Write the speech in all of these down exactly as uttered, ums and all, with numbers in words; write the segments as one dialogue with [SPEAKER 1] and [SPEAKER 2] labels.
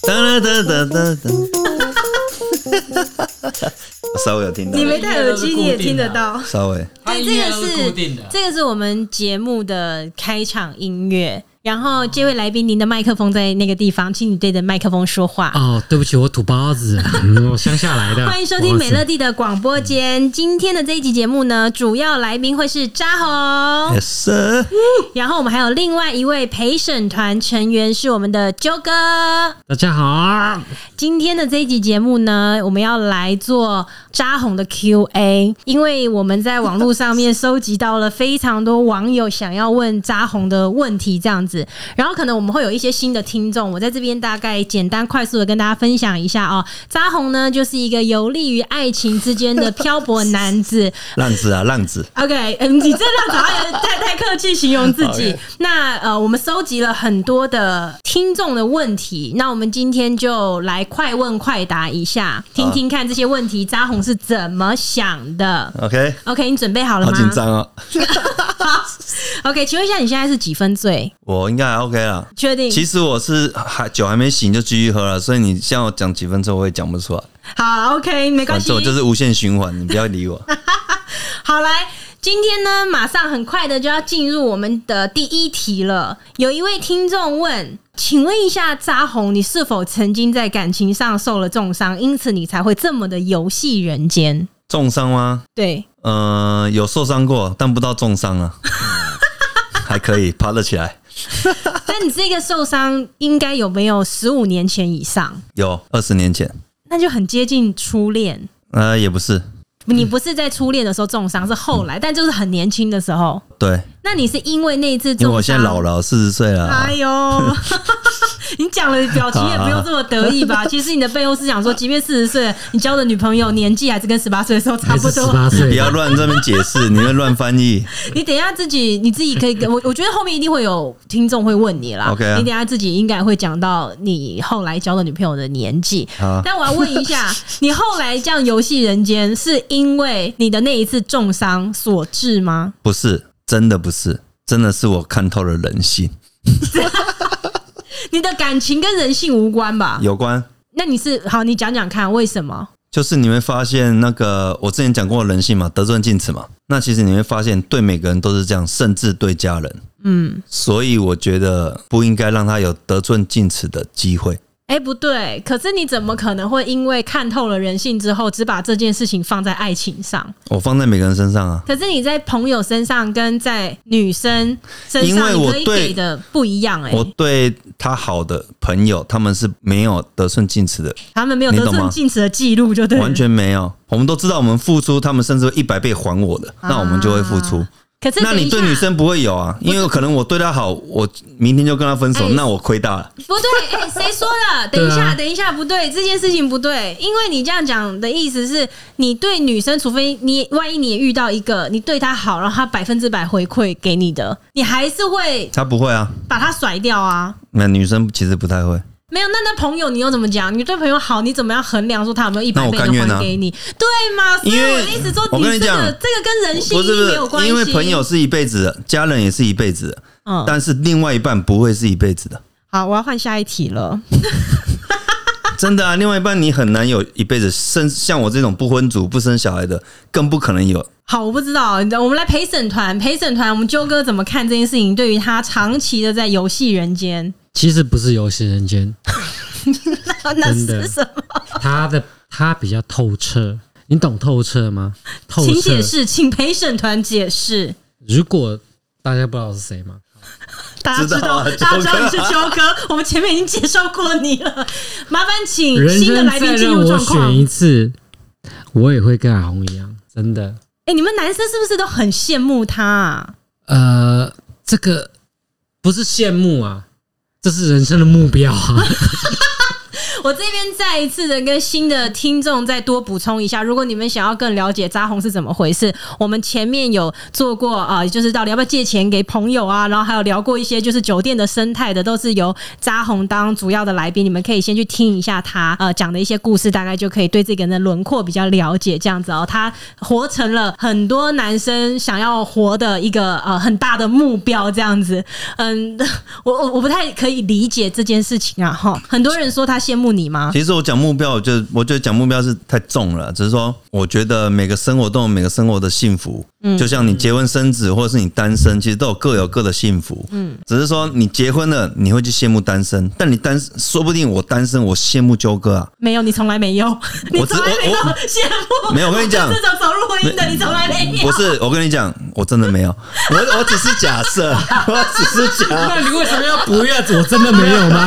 [SPEAKER 1] 哒哒哒哒哒。稍微有听到，
[SPEAKER 2] 你没戴耳机你也听得到，
[SPEAKER 1] 稍微。
[SPEAKER 2] 对，这个是这个是我们节目的开场音乐。然后这位来宾，您的麦克风在那个地方，请你对着麦克风说话。
[SPEAKER 3] 哦，对不起，我土包子，嗯、我乡下来的。
[SPEAKER 2] 欢迎收听美乐蒂的广播间。今天的这一集节目呢，主要来宾会是扎红
[SPEAKER 1] ，Yes sir。
[SPEAKER 2] 然后我们还有另外一位陪审团成员是我们的啾哥。
[SPEAKER 3] 大家好。
[SPEAKER 2] 今天的这一集节目呢，我们要来做扎红的 Q A， 因为我们在网络上面收集到了非常多网友想要问扎红的问题，这样子。然后可能我们会有一些新的听众，我在这边大概简单快速的跟大家分享一下哦。扎红呢，就是一个游历于爱情之间的漂泊男子，
[SPEAKER 1] 浪子啊，浪子。
[SPEAKER 2] OK， 嗯，你这浪子好像太太客气形容自己。okay. 那呃，我们收集了很多的听众的问题，那我们今天就来快问快答一下，听听看这些问题扎红是怎么想的。
[SPEAKER 1] OK，OK，、
[SPEAKER 2] okay. okay, 你准备好了吗？
[SPEAKER 1] 好紧张哦。
[SPEAKER 2] OK， 请问一下，你现在是几分醉？
[SPEAKER 1] 我应该还 OK 啦。
[SPEAKER 2] 确定？
[SPEAKER 1] 其实我是还酒还没醒就继续喝了，所以你像我讲几分钟，我也讲不出来。
[SPEAKER 2] 好 ，OK， 没关系。
[SPEAKER 1] 反正我就是无限循环，你不要理我。
[SPEAKER 2] 好，来，今天呢，马上很快的就要进入我们的第一题了。有一位听众问，请问一下扎红，你是否曾经在感情上受了重伤，因此你才会这么的游戏人间？
[SPEAKER 1] 重伤吗？
[SPEAKER 2] 对，
[SPEAKER 1] 呃，有受伤过，但不到重伤啊，还可以爬得起来。
[SPEAKER 2] 但你这个受伤应该有没有十五年前以上？
[SPEAKER 1] 有，二十年前。
[SPEAKER 2] 那就很接近初恋。
[SPEAKER 1] 呃，也不是。
[SPEAKER 2] 你不是在初恋的时候重伤，是后来，嗯、但就是很年轻的时候。
[SPEAKER 1] 对。
[SPEAKER 2] 那你是因为那一次重伤？
[SPEAKER 1] 因为我现在老了，四十岁了。
[SPEAKER 2] 哎呦，你讲的表情也不用这么得意吧？其实你的背后是想说，即便四十岁，你交的女朋友年纪还是跟十八岁的时候差不多。
[SPEAKER 1] 你不要乱这边解释，你会乱翻译。
[SPEAKER 2] 你等一下自己，你自己可以跟我，我觉得后面一定会有听众会问你啦。
[SPEAKER 1] OK，、啊、
[SPEAKER 2] 你等一下自己应该会讲到你后来交的女朋友的年纪。
[SPEAKER 1] 啊、
[SPEAKER 2] 但我要问一下，你后来这样游戏人间，是因为你的那一次重伤所致吗？
[SPEAKER 1] 不是，真的不是。真的是我看透了人性。
[SPEAKER 2] 你的感情跟人性无关吧？
[SPEAKER 1] 有关。
[SPEAKER 2] 那你是好，你讲讲看为什么？
[SPEAKER 1] 就是你会发现，那个我之前讲过人性嘛，得寸进尺嘛。那其实你会发现，对每个人都是这样，甚至对家人。嗯，所以我觉得不应该让他有得寸进尺的机会。
[SPEAKER 2] 哎、欸，不对，可是你怎么可能会因为看透了人性之后，只把这件事情放在爱情上？
[SPEAKER 1] 我放在每个人身上啊。
[SPEAKER 2] 可是你在朋友身上跟在女生身上，你可以给的不一样。哎，
[SPEAKER 1] 我对他好的朋友，他们是没有得寸进尺的，
[SPEAKER 2] 他们没有得寸进尺的记录，就对了，
[SPEAKER 1] 完全没有。我们都知道，我们付出，他们甚至会一百倍还我的，那我们就会付出。啊，
[SPEAKER 2] 可是
[SPEAKER 1] 那你对女生不会有啊？因为可能我对她好，我明天就跟她分手，欸、那我亏大了。
[SPEAKER 2] 不对，哎、欸，谁说的？等一下，啊、等一下，不对，这件事情不对。因为你这样讲的意思是，你对女生，除非你万一你也遇到一个你对她好，然后她百分之百回馈给你的，你还是会？
[SPEAKER 1] 她不会啊，
[SPEAKER 2] 把她甩掉啊。
[SPEAKER 1] 那女生其实不太会。
[SPEAKER 2] 没有，那那朋友你又怎么讲？你对朋友好，你怎么样衡量说他有没有一百倍的还给你？对吗？所以我的意思说，
[SPEAKER 1] 我跟你讲，
[SPEAKER 2] 这个跟人性没有关系。
[SPEAKER 1] 因为朋友是一辈子的，家人也是一辈子的，嗯，但是另外一半不会是一辈子的。
[SPEAKER 2] 好，我要换下一题了。
[SPEAKER 1] 真的啊，另外一半你很难有一辈子，甚像我这种不婚族、不生小孩的，更不可能有。
[SPEAKER 2] 好，我不知道，我们来陪审团，陪审团，我们啾哥怎么看这件事情？对于他长期的在游戏人间。
[SPEAKER 3] 其实不是游戏人间，
[SPEAKER 2] 那是什么？
[SPEAKER 3] 他的他比较透彻，你懂透彻吗？透彻，
[SPEAKER 2] 请解释，请陪审团解释。
[SPEAKER 3] 如果大家不知道是谁吗？
[SPEAKER 2] 大家知道，大家知道你是啾哥，我们前面已经介绍过你了。麻烦请新的来宾进入状况。
[SPEAKER 3] 人生再让我选一次，我也会跟阿红一样，真的。
[SPEAKER 2] 哎、欸，你们男生是不是都很羡慕他啊？
[SPEAKER 3] 呃，这个不是羡慕啊。这是人生的目标啊！
[SPEAKER 2] 我这边再一次的跟新的听众再多补充一下，如果你们想要更了解扎红是怎么回事，我们前面有做过啊、呃，就是到底要不要借钱给朋友啊，然后还有聊过一些就是酒店的生态的，都是由扎红当主要的来宾，你们可以先去听一下他呃讲的一些故事，大概就可以对这个人的轮廓比较了解。这样子哦，他活成了很多男生想要活的一个呃很大的目标，这样子。嗯，我我我不太可以理解这件事情啊哈。很多人说他羡慕你吗？
[SPEAKER 1] 其实我讲目标，我就我觉得讲目标是太重了，只是说我觉得每个生活都有每个生活的幸福，嗯，就像你结婚生子或者是你单身，其实都有各有各的幸福，嗯，只是说你结婚了，你会去羡慕单身，但你单说不定我单身，我羡慕纠哥啊，
[SPEAKER 2] 没有，你从来没有，你从来没有羡慕，
[SPEAKER 1] 没有，我跟你讲，
[SPEAKER 2] 这种走入婚姻的你从来没有，
[SPEAKER 1] 不是，我跟你讲，我真的没有，我我只是假设，我只是假，
[SPEAKER 3] 那你为什么要不要？我真的没有吗？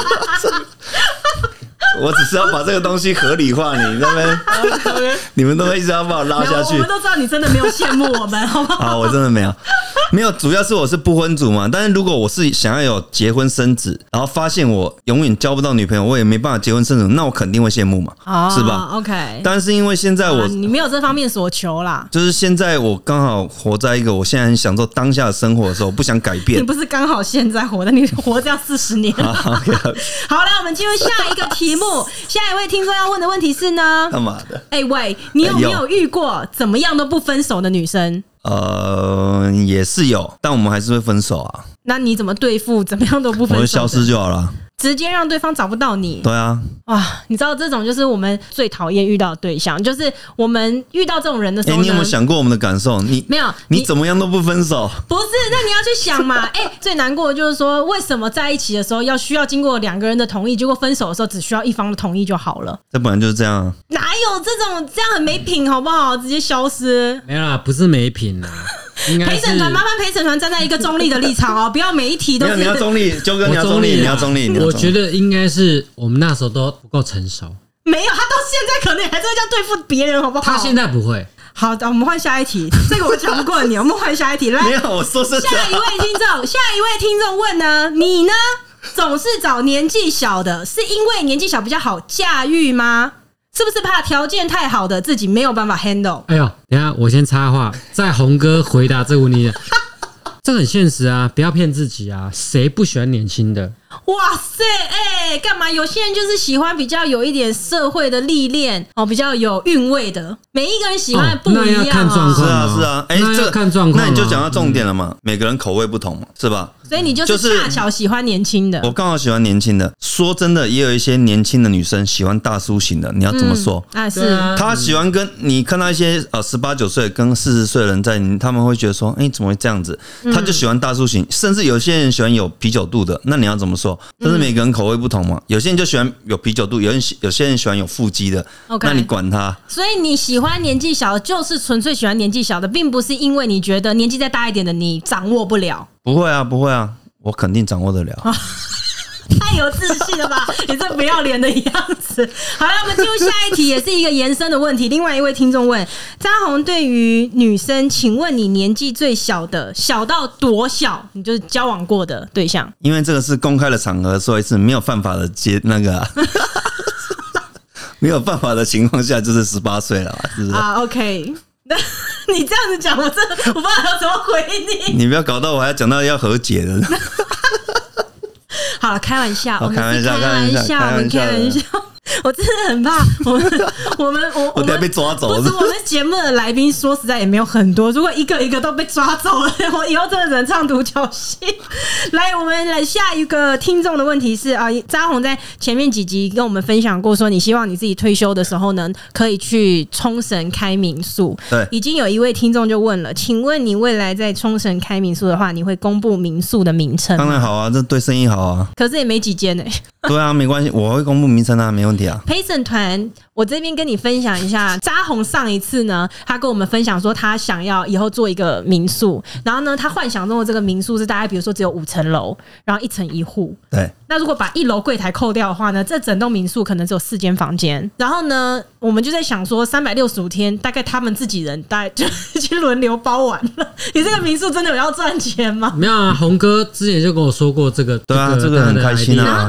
[SPEAKER 1] 我只是要把这个东西合理化，你那边你们都会一直要把我拉下去。
[SPEAKER 2] 我们都知道你真的没有羡慕我们，好不好？
[SPEAKER 1] 好，我真的没有，没有，主要是我是不婚族嘛。但是如果我是想要有结婚生子，然后发现我永远交不到女朋友，我也没办法结婚生子，那我肯定会羡慕嘛，哦、是吧
[SPEAKER 2] ？OK。
[SPEAKER 1] 但是因为现在我、啊、
[SPEAKER 2] 你没有这方面所求啦，
[SPEAKER 1] 就是现在我刚好活在一个我现在很享受当下的生活的时候，我不想改变。
[SPEAKER 2] 你不是刚好现在活的，你活这样四十年。好，
[SPEAKER 1] okay, okay.
[SPEAKER 2] 好了，我们进入下一个题目。下一位听众要问的问题是呢？
[SPEAKER 1] 干嘛的？
[SPEAKER 2] 哎、欸、喂，你有没有遇过怎么样都不分手的女生？
[SPEAKER 1] 呃，也是有，但我们还是会分手啊。
[SPEAKER 2] 那你怎么对付怎么样都不分手的？
[SPEAKER 1] 我就消失就好了。
[SPEAKER 2] 直接让对方找不到你。
[SPEAKER 1] 对啊，
[SPEAKER 2] 哇，你知道这种就是我们最讨厌遇到的对象，就是我们遇到这种人的时候呢，
[SPEAKER 1] 欸、你有没有想过我们的感受？你
[SPEAKER 2] 没有，
[SPEAKER 1] 你怎么样都不分手？
[SPEAKER 2] 不是，那你要去想嘛。哎、欸，最难过的就是说，为什么在一起的时候要需要经过两个人的同意，结果分手的时候只需要一方的同意就好了？
[SPEAKER 1] 这本来就是这样啊。
[SPEAKER 2] 哪有这种这样很没品，好不好？直接消失？
[SPEAKER 3] 没有啦，不是没品啦。
[SPEAKER 2] 陪审团，麻烦陪审团站在一个中立的立场哦，不要每一题都是。
[SPEAKER 1] 你要中立，纠哥你要中立，你要中立。
[SPEAKER 3] 我觉得应该是我们那时候都不够成熟。
[SPEAKER 2] 没有，他到现在可能还是会这样对付别人，好不好？
[SPEAKER 3] 他现在不会。
[SPEAKER 2] 好的，我们换下一题。这个我讲不过你，我们换下一题。来，
[SPEAKER 1] 没有，我说是
[SPEAKER 2] 下一位听众，下一位听众问呢，你呢总是找年纪小的，是因为年纪小比较好驾驭吗？是不是怕条件太好的自己没有办法 handle？ 哎
[SPEAKER 3] 呦，等一下我先插话，在红哥回答这个问题，这很现实啊，不要骗自己啊，谁不喜欢年轻的？
[SPEAKER 2] 哇塞，哎、欸，干嘛？有些人就是喜欢比较有一点社会的历练哦，比较有韵味的。每一个人喜欢的不一样、哦、
[SPEAKER 3] 那要看状况、
[SPEAKER 1] 是啊是啊，哎、欸，这
[SPEAKER 3] 看状况、啊，
[SPEAKER 1] 那你就讲到重点了嘛、嗯。每个人口味不同嘛，是吧？
[SPEAKER 2] 所以你就是恰巧喜欢年轻的。
[SPEAKER 1] 我刚好喜欢年轻的。说真的，也有一些年轻的女生喜欢大叔型的。你要怎么说？
[SPEAKER 2] 嗯、啊，是
[SPEAKER 1] 她喜欢跟你看到一些呃十八九岁跟四十岁的人在，他们会觉得说，哎、欸，怎么会这样子？他就喜欢大叔型，甚至有些人喜欢有啤酒肚的。那你要怎么说？这是每个人口味不同嘛。有些人就喜欢有啤酒肚，有人有些人喜欢有腹肌的。Okay, 那你管他？
[SPEAKER 2] 所以你喜欢年纪小的，就是纯粹喜欢年纪小的，并不是因为你觉得年纪再大一点的你掌握不了。
[SPEAKER 1] 不会啊，不会啊，我肯定掌握得了。
[SPEAKER 2] 太有自信了吧！你这不要脸的样子。好了，我们进入下一题，也是一个延伸的问题。另外一位听众问扎红，对于女生，请问你年纪最小的，小到多小？你就是交往过的对象？
[SPEAKER 1] 因为这个是公开的场合，所以是没有犯法的接那个、啊。没有办法的情况下，就是十八岁了，是不是？
[SPEAKER 2] 啊 ，OK。那你这样子讲，我真的我不知道要怎么回你。
[SPEAKER 1] 你不要搞到我还讲到要和解的。
[SPEAKER 2] 好了，开玩笑，我们
[SPEAKER 1] 开玩笑，
[SPEAKER 2] 开玩笑，我们开玩笑。我真的很怕我们我们我
[SPEAKER 1] 我等下被抓走。
[SPEAKER 2] 不是我们节目的来宾，说实在也没有很多。如果一个一个都被抓走了，我以后真的只能唱独角戏。来，我们来下一个听众的问题是啊，扎红在前面几集跟我们分享过，说你希望你自己退休的时候呢，可以去冲绳开民宿。
[SPEAKER 1] 对，
[SPEAKER 2] 已经有一位听众就问了，请问你未来在冲绳开民宿的话，你会公布民宿的名称？
[SPEAKER 1] 当然好啊，这对生意好啊。
[SPEAKER 2] 可是也没几间呢、欸。
[SPEAKER 1] 对啊，没关系，我会公布名称啊，没问题啊。
[SPEAKER 2] 陪审团，我这边跟你分享一下，扎红上一次呢，他跟我们分享说他想要以后做一个民宿，然后呢，他幻想中的这个民宿是大概比如说只有五层楼，然后一层一户。
[SPEAKER 1] 对。
[SPEAKER 2] 那如果把一楼柜台扣掉的话呢，这整栋民宿可能只有四间房间。然后呢，我们就在想说，三百六十五天，大概他们自己人大概就已经轮流包完了。你这个民宿真的有要赚钱吗？
[SPEAKER 3] 没有啊，红哥之前就跟我说过这个，
[SPEAKER 1] 对啊，这个很开心啊。
[SPEAKER 2] 然后对于他的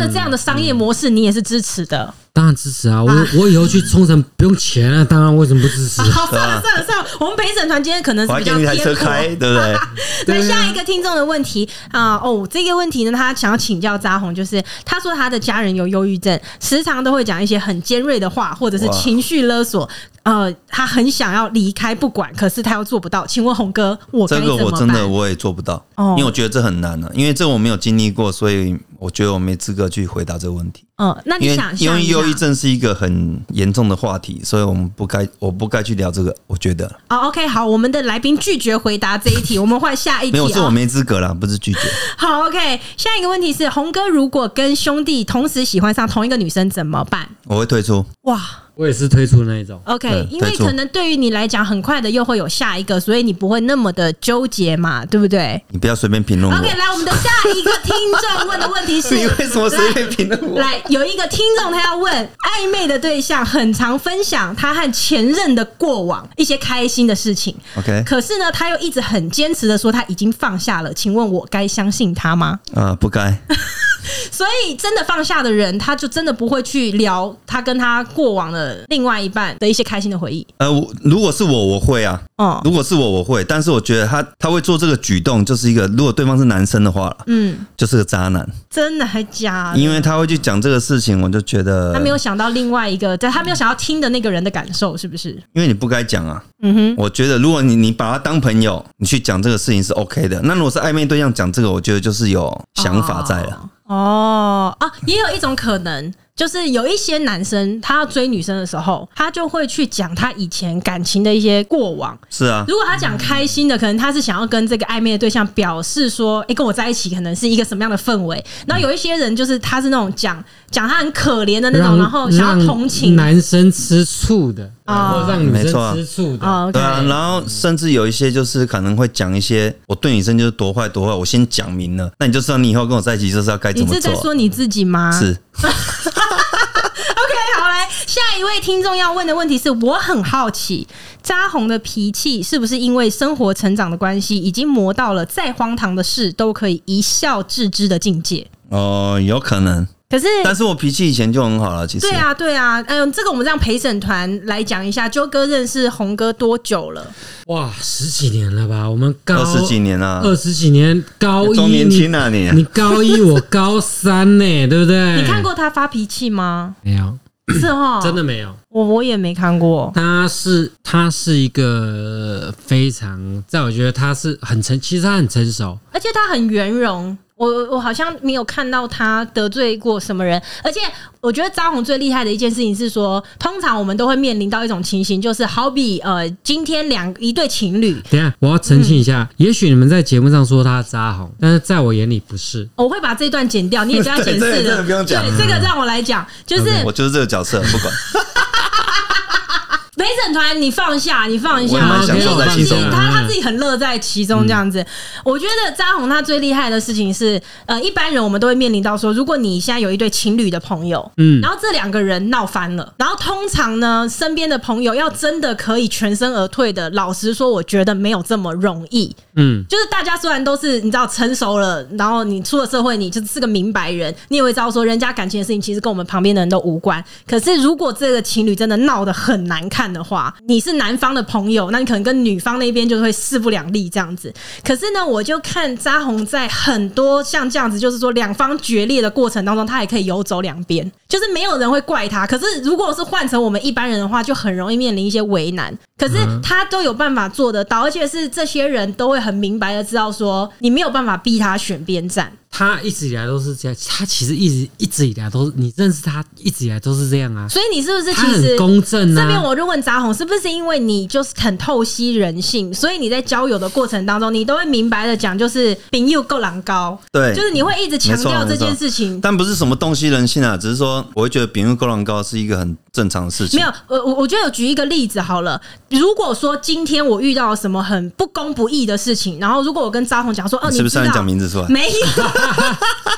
[SPEAKER 2] 这样的商业模式你也是支持的？
[SPEAKER 3] 当然支持啊！我我以后去冲绳不用钱啊，当然为什么不支持？
[SPEAKER 2] 好，算了算了算了，我们陪审团今天可能是比较
[SPEAKER 1] 我还给你台车开，对不对？
[SPEAKER 2] 那下一个听众的问题啊、呃，哦，这个问题呢，他想要请教扎弘，就是他说他的家人有忧郁症，时常都会讲一些很尖锐的话，或者是情绪勒索。呃，他很想要离开不管，可是他又做不到。请问弘哥，我该怎么办？
[SPEAKER 1] 这个我真的我也做不到，哦、因为我觉得这很难啊。因为这我没有经历过，所以我觉得我没资格去回答这个问题。
[SPEAKER 2] 嗯，那你想
[SPEAKER 1] 因为忧郁症是一个很严重的话题，所以我们不该，我不该去聊这个。我觉得。
[SPEAKER 2] 哦 ，OK， 好，我们的来宾拒绝回答这一题，我们换下一题。
[SPEAKER 1] 没有，是我没资格啦，不是拒绝。
[SPEAKER 2] 好 ，OK， 下一个问题是，弘哥如果跟兄弟同时喜欢上同一个女生怎么办？
[SPEAKER 1] 我会退出。
[SPEAKER 2] 哇。
[SPEAKER 3] 我也是退出那一种
[SPEAKER 2] ，OK， 因为可能对于你来讲，很快的又会有下一个，所以你不会那么的纠结嘛，对不对？
[SPEAKER 1] 你不要随便评论我。
[SPEAKER 2] OK， 来，我们的下一个听众问的问题是：
[SPEAKER 1] 你为什么随便评论我？
[SPEAKER 2] 来，有一个听众他要问，暧昧的对象很常分享他和前任的过往一些开心的事情
[SPEAKER 1] ，OK，
[SPEAKER 2] 可是呢，他又一直很坚持的说他已经放下了，请问我该相信他吗？
[SPEAKER 1] 啊、呃，不该。
[SPEAKER 2] 所以真的放下的人，他就真的不会去聊他跟他过往的另外一半的一些开心的回忆。
[SPEAKER 1] 呃，我如果是我，我会啊。哦，如果是我，我会。但是我觉得他他会做这个举动，就是一个如果对方是男生的话，嗯，就是个渣男。
[SPEAKER 2] 真的还假的？
[SPEAKER 1] 因为他会去讲这个事情，我就觉得
[SPEAKER 2] 他没有想到另外一个，他没有想要听的那个人的感受，是不是？
[SPEAKER 1] 因为你不该讲啊。嗯哼，我觉得如果你你把他当朋友，你去讲这个事情是 OK 的。那如果是暧昧对象讲这个，我觉得就是有想法在了。
[SPEAKER 2] 哦哦啊，也有一种可能，就是有一些男生他要追女生的时候，他就会去讲他以前感情的一些过往。
[SPEAKER 1] 是啊，
[SPEAKER 2] 如果他讲开心的，可能他是想要跟这个暧昧的对象表示说，哎、欸，跟我在一起可能是一个什么样的氛围。然后有一些人就是他是那种讲讲他很可怜的那种，然后想要同情
[SPEAKER 3] 男生吃醋的，或让女生吃醋的，
[SPEAKER 2] 哦、
[SPEAKER 1] 对啊。然后甚至有一些就是可能会讲一些，我对女生就是多坏多坏，我先讲明了，那你就知道你以后跟我在一起就是要该怎么做。
[SPEAKER 2] 你是在说你自己吗？
[SPEAKER 1] 是。
[SPEAKER 2] OK， 好，来下一位听众要问的问题是：我很好奇，扎弘的脾气是不是因为生活成长的关系，已经磨到了再荒唐的事都可以一笑置之的境界？
[SPEAKER 1] 哦、呃，有可能。
[SPEAKER 2] 可是，
[SPEAKER 1] 但是我脾气以前就很好了，其实。
[SPEAKER 2] 对啊，对啊，嗯，这个我们让陪审团来讲一下，啾哥认识弘哥多久了？
[SPEAKER 3] 哇，十几年了吧？我们高
[SPEAKER 1] 二十几年啊，
[SPEAKER 3] 二十几年，高一
[SPEAKER 1] 中年轻啊你，
[SPEAKER 3] 你高一，我高三呢，对不对？
[SPEAKER 2] 你看过他发脾气吗？
[SPEAKER 3] 没有，
[SPEAKER 2] 是哦，
[SPEAKER 3] 真的没有，
[SPEAKER 2] 我我也没看过。
[SPEAKER 3] 他是他是一个非常，在我觉得他是很成，其实他很成熟，
[SPEAKER 2] 而且他很圆融。我我好像没有看到他得罪过什么人，而且我觉得扎弘最厉害的一件事情是说，通常我们都会面临到一种情形，就是好比呃，今天两一对情侣，
[SPEAKER 3] 等一下我要澄清一下，嗯、也许你们在节目上说他扎弘，但是在我眼里不是。
[SPEAKER 2] 我会把这段剪掉，你也不要解释了，
[SPEAKER 1] 这个不用讲，
[SPEAKER 2] 对，这个让我来讲，就是、
[SPEAKER 1] 嗯、我就是这个角色，不管。
[SPEAKER 2] 陪审团，你放下，你放下，
[SPEAKER 1] 我蛮享受在其中，
[SPEAKER 2] 他他自己很乐在其中这样子。嗯、我觉得扎弘他最厉害的事情是，呃，一般人我们都会面临到说，如果你现在有一对情侣的朋友，嗯，然后这两个人闹翻了，然后通常呢，身边的朋友要真的可以全身而退的，老实说，我觉得没有这么容易。嗯，就是大家虽然都是你知道成熟了，然后你出了社会，你就是个明白人，你也会知道说，人家感情的事情其实跟我们旁边的人都无关。可是如果这个情侣真的闹得很难看的话，你是男方的朋友，那你可能跟女方那边就会势不两立这样子。可是呢，我就看扎弘在很多像这样子，就是说两方决裂的过程当中，他还可以游走两边，就是没有人会怪他。可是如果是换成我们一般人的话，就很容易面临一些为难。可是他都有办法做得到，而且是这些人都会很明白的知道说，你没有办法逼他选边站。
[SPEAKER 3] 他一直以来都是这样，他其实一直一直以来都是，你认识他一直以来都是这样啊。
[SPEAKER 2] 所以你是不是其实
[SPEAKER 3] 他很公正啊？
[SPEAKER 2] 这边我就问扎弘，是不是因为你就是很透析人性，所以你在交友的过程当中，你都会明白的讲，就是朋友够狼高，
[SPEAKER 1] 对，
[SPEAKER 2] 就是你会一直强调这件事情。
[SPEAKER 1] 但不是什么洞悉人性啊，只是说我会觉得朋友够狼高是一个很正常的事情。
[SPEAKER 2] 没有，我我觉得有举一个例子好了，如果说今天我遇到了什么很不公不义的事情，然后如果我跟扎弘讲说，哦，
[SPEAKER 1] 你是不是让你讲名字出来？
[SPEAKER 2] 没有。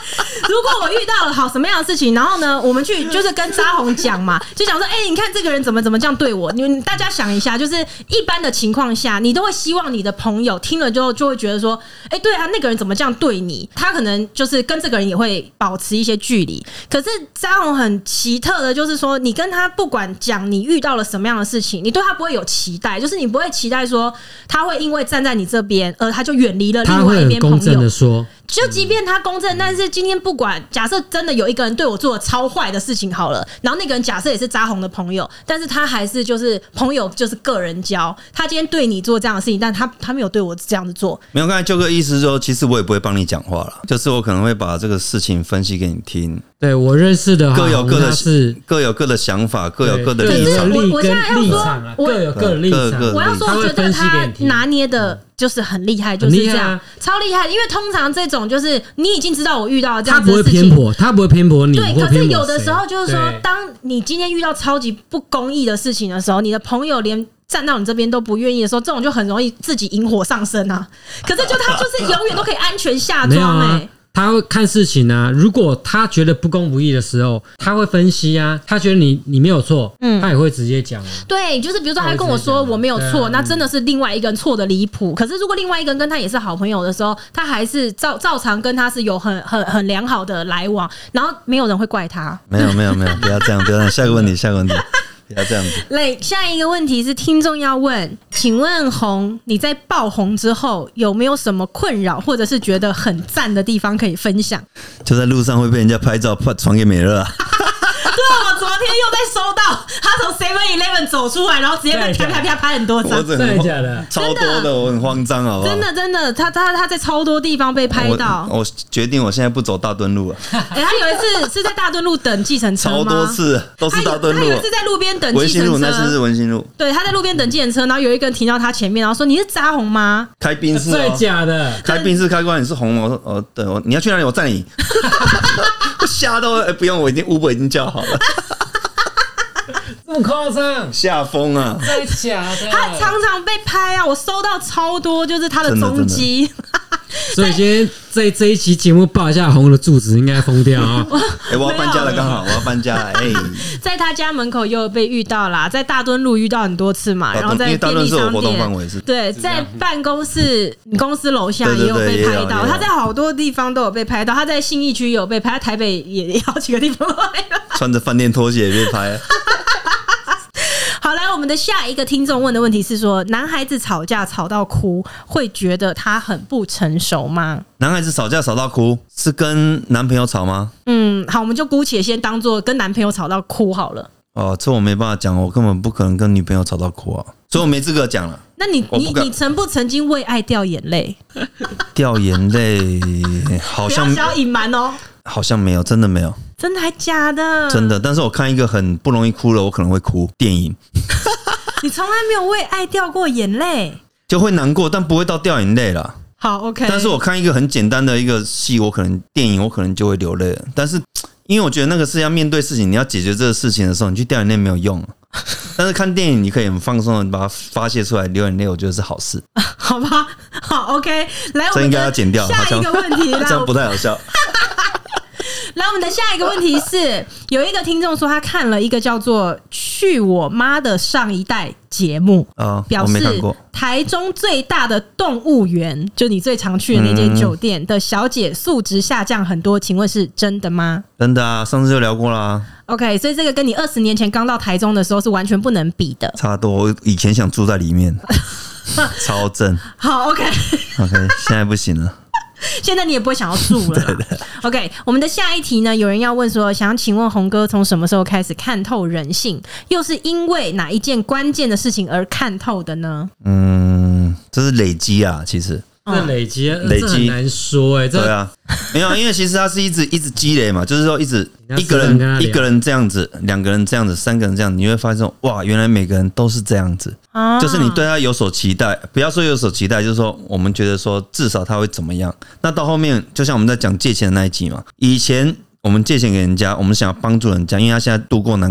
[SPEAKER 2] 如果我遇到了好什么样的事情，然后呢，我们去就是跟扎红讲嘛，就讲说，哎、欸，你看这个人怎么怎么这样对我。你们大家想一下，就是一般的情况下，你都会希望你的朋友听了之后就会觉得说，哎、欸，对啊，那个人怎么这样对你？他可能就是跟这个人也会保持一些距离。可是扎红很奇特的，就是说，你跟他不管讲你遇到了什么样的事情，你对他不会有期待，就是你不会期待说他会因为站在你这边，而他就远离了另外一边朋友。他会很公正的说。就即便他公正，但是今天不管假设真的有一个人对我做了超坏的事情好了，然后那个人假设也是扎红的朋友，但是他还是就是朋友就是个人交，他今天对你做这样的事情，但他他没有对我这样子做。
[SPEAKER 1] 没有，刚才就个意思说，其实我也不会帮你讲话了，就是我可能会把这个事情分析给你听。
[SPEAKER 3] 对我认识的
[SPEAKER 1] 各有各的
[SPEAKER 3] 是
[SPEAKER 1] 各有各的想法，各有各的立场。
[SPEAKER 2] 可是我我现在要说，
[SPEAKER 3] 各有各的立场。
[SPEAKER 2] 我要说，我觉得他拿捏的就是很厉害，就是这样，超厉害。因为通常这种就是你已经知道我遇到这样子的事情，
[SPEAKER 3] 他不会偏颇，他不会偏颇你。
[SPEAKER 2] 对，可是有的时候就是说，当你今天遇到超级不公义的事情的时候，你的朋友连站到你这边都不愿意的时候，这种就很容易自己引火上身啊。可是就他就是永远都可以安全下庄哎、欸。
[SPEAKER 3] 他会看事情啊，如果他觉得不公不义的时候，他会分析啊，他觉得你你没有错，嗯，他也会直接讲、啊。
[SPEAKER 2] 对，就是比如说他跟我说我没有错、啊，那真的是另外一个人错的离谱。可是如果另外一个人跟他也是好朋友的时候，他还是照照常跟他是有很很很良好的来往，然后没有人会怪他。
[SPEAKER 1] 没有没有没有，不要这样，不要这样。下个问题，下个问题。不要这样子。
[SPEAKER 2] 来，下一个问题是听众要问，请问红，你在爆红之后有没有什么困扰，或者是觉得很赞的地方可以分享？
[SPEAKER 1] 就在路上会被人家拍照传给美乐啊。
[SPEAKER 2] 对，我昨天又在收到，他从 seven eleven 走出来，然后直接被啪啪啪拍很多张，
[SPEAKER 3] 真的假的？
[SPEAKER 1] 超多的，我很慌张，好不好？
[SPEAKER 2] 真的真的，他他他在超多地方被拍到。
[SPEAKER 1] 我, 我决定我现在不走大墩路了。
[SPEAKER 2] 哎、欸，他有一次是在大墩路等计程车吗？
[SPEAKER 1] 超多次都是大墩路。
[SPEAKER 2] 他有一次在路边等计程车，
[SPEAKER 1] 文心路那次是文心路。
[SPEAKER 2] 对，他在路边等计程车，然后有一个人停到他前面，然后说：“你是扎红吗？”
[SPEAKER 1] 开宾士、喔，
[SPEAKER 3] 真的假的？
[SPEAKER 1] 开宾士开关你是红吗？我说：“哦，对，我你要去哪里？我载你。”吓到哎、欸，不用，我已经 Uber 已经叫好了。
[SPEAKER 3] 这么夸张？
[SPEAKER 1] 吓疯啊！
[SPEAKER 3] 真的假的？
[SPEAKER 2] 他常常被拍啊，我收到超多，就是他的踪迹。
[SPEAKER 3] 所以今天这这一期节目报一下红的住址，应该疯掉啊！
[SPEAKER 1] 哎、欸，我要搬家了，刚好我要搬家了。哎、欸，
[SPEAKER 2] 在他家门口又被遇到啦，在大墩路遇到很多次嘛，然后在便利商店，对，在办公室、你公司楼下也有被拍到。他在好多地方都有被拍到，他在信义区有被拍，台北也好几个地方都被拍。
[SPEAKER 1] 穿着饭店拖鞋也被拍。
[SPEAKER 2] 好，来，我们的下一个听众问的问题是说，男孩子吵架吵到哭，会觉得他很不成熟吗？
[SPEAKER 1] 男孩子吵架吵到哭，是跟男朋友吵吗？
[SPEAKER 2] 嗯，好，我们就姑且先当做跟男朋友吵到哭好了。
[SPEAKER 1] 哦，这我没办法讲，我根本不可能跟女朋友吵到哭啊，所以我没资格讲了。
[SPEAKER 2] 那你你你曾不曾经为爱掉眼泪？
[SPEAKER 1] 掉眼泪，好像
[SPEAKER 2] 不要想隐瞒哦。
[SPEAKER 1] 好像没有，真的没有。
[SPEAKER 2] 真的还假的？
[SPEAKER 1] 真的，但是我看一个很不容易哭了，我可能会哭。电影，
[SPEAKER 2] 你从来没有为爱掉过眼泪，
[SPEAKER 1] 就会难过，但不会到掉眼泪啦。
[SPEAKER 2] 好 ，OK。但
[SPEAKER 1] 是我看一个很简单的一个戏，我可能电影我可能就会流泪了。但是因为我觉得那个是要面对事情，你要解决这个事情的时候，你去掉眼泪没有用。但是看电影，你可以很放松的把它发泄出来，流眼泪，我觉得是好事。
[SPEAKER 2] 好吧，好 ，OK。来，
[SPEAKER 1] 这应该要剪掉。
[SPEAKER 2] 下一个问题，
[SPEAKER 1] 这样不太好笑。
[SPEAKER 2] 来，我们的下一个问题是，有一个听众说他看了一个叫做《去我妈的上一代》节目，
[SPEAKER 1] 哦、
[SPEAKER 2] 表示台中最大的动物园，就你最常去的那间酒店的小姐素质下降很多，请问是真的吗？
[SPEAKER 1] 真的啊，上次就聊过啦。
[SPEAKER 2] OK， 所以这个跟你二十年前刚到台中的时候是完全不能比的。
[SPEAKER 1] 差不多，我以前想住在里面，超正。
[SPEAKER 2] 好 ，OK，OK，、
[SPEAKER 1] okay okay, 现在不行了。
[SPEAKER 2] 现在你也不会想要住了啦。对对 OK， 我们的下一题呢，有人要问说，想请问红哥从什么时候开始看透人性？又是因为哪一件关键的事情而看透的呢？嗯，
[SPEAKER 1] 这是累积啊，其实。
[SPEAKER 3] 这累积，累积很难说哎、欸。
[SPEAKER 1] 对啊，没有，因为其实它是一直一直积累嘛，就是说一直一个人一个人这样子，两个人这样子，三个人这样，你会发现哇，原来每个人都是这样子。啊、就是你对他有所期待，不要说有所期待，就是说我们觉得说至少他会怎么样。那到后面，就像我们在讲借钱的那一集嘛，以前我们借钱给人家，我们想要帮助人家，因为他现在渡过难关。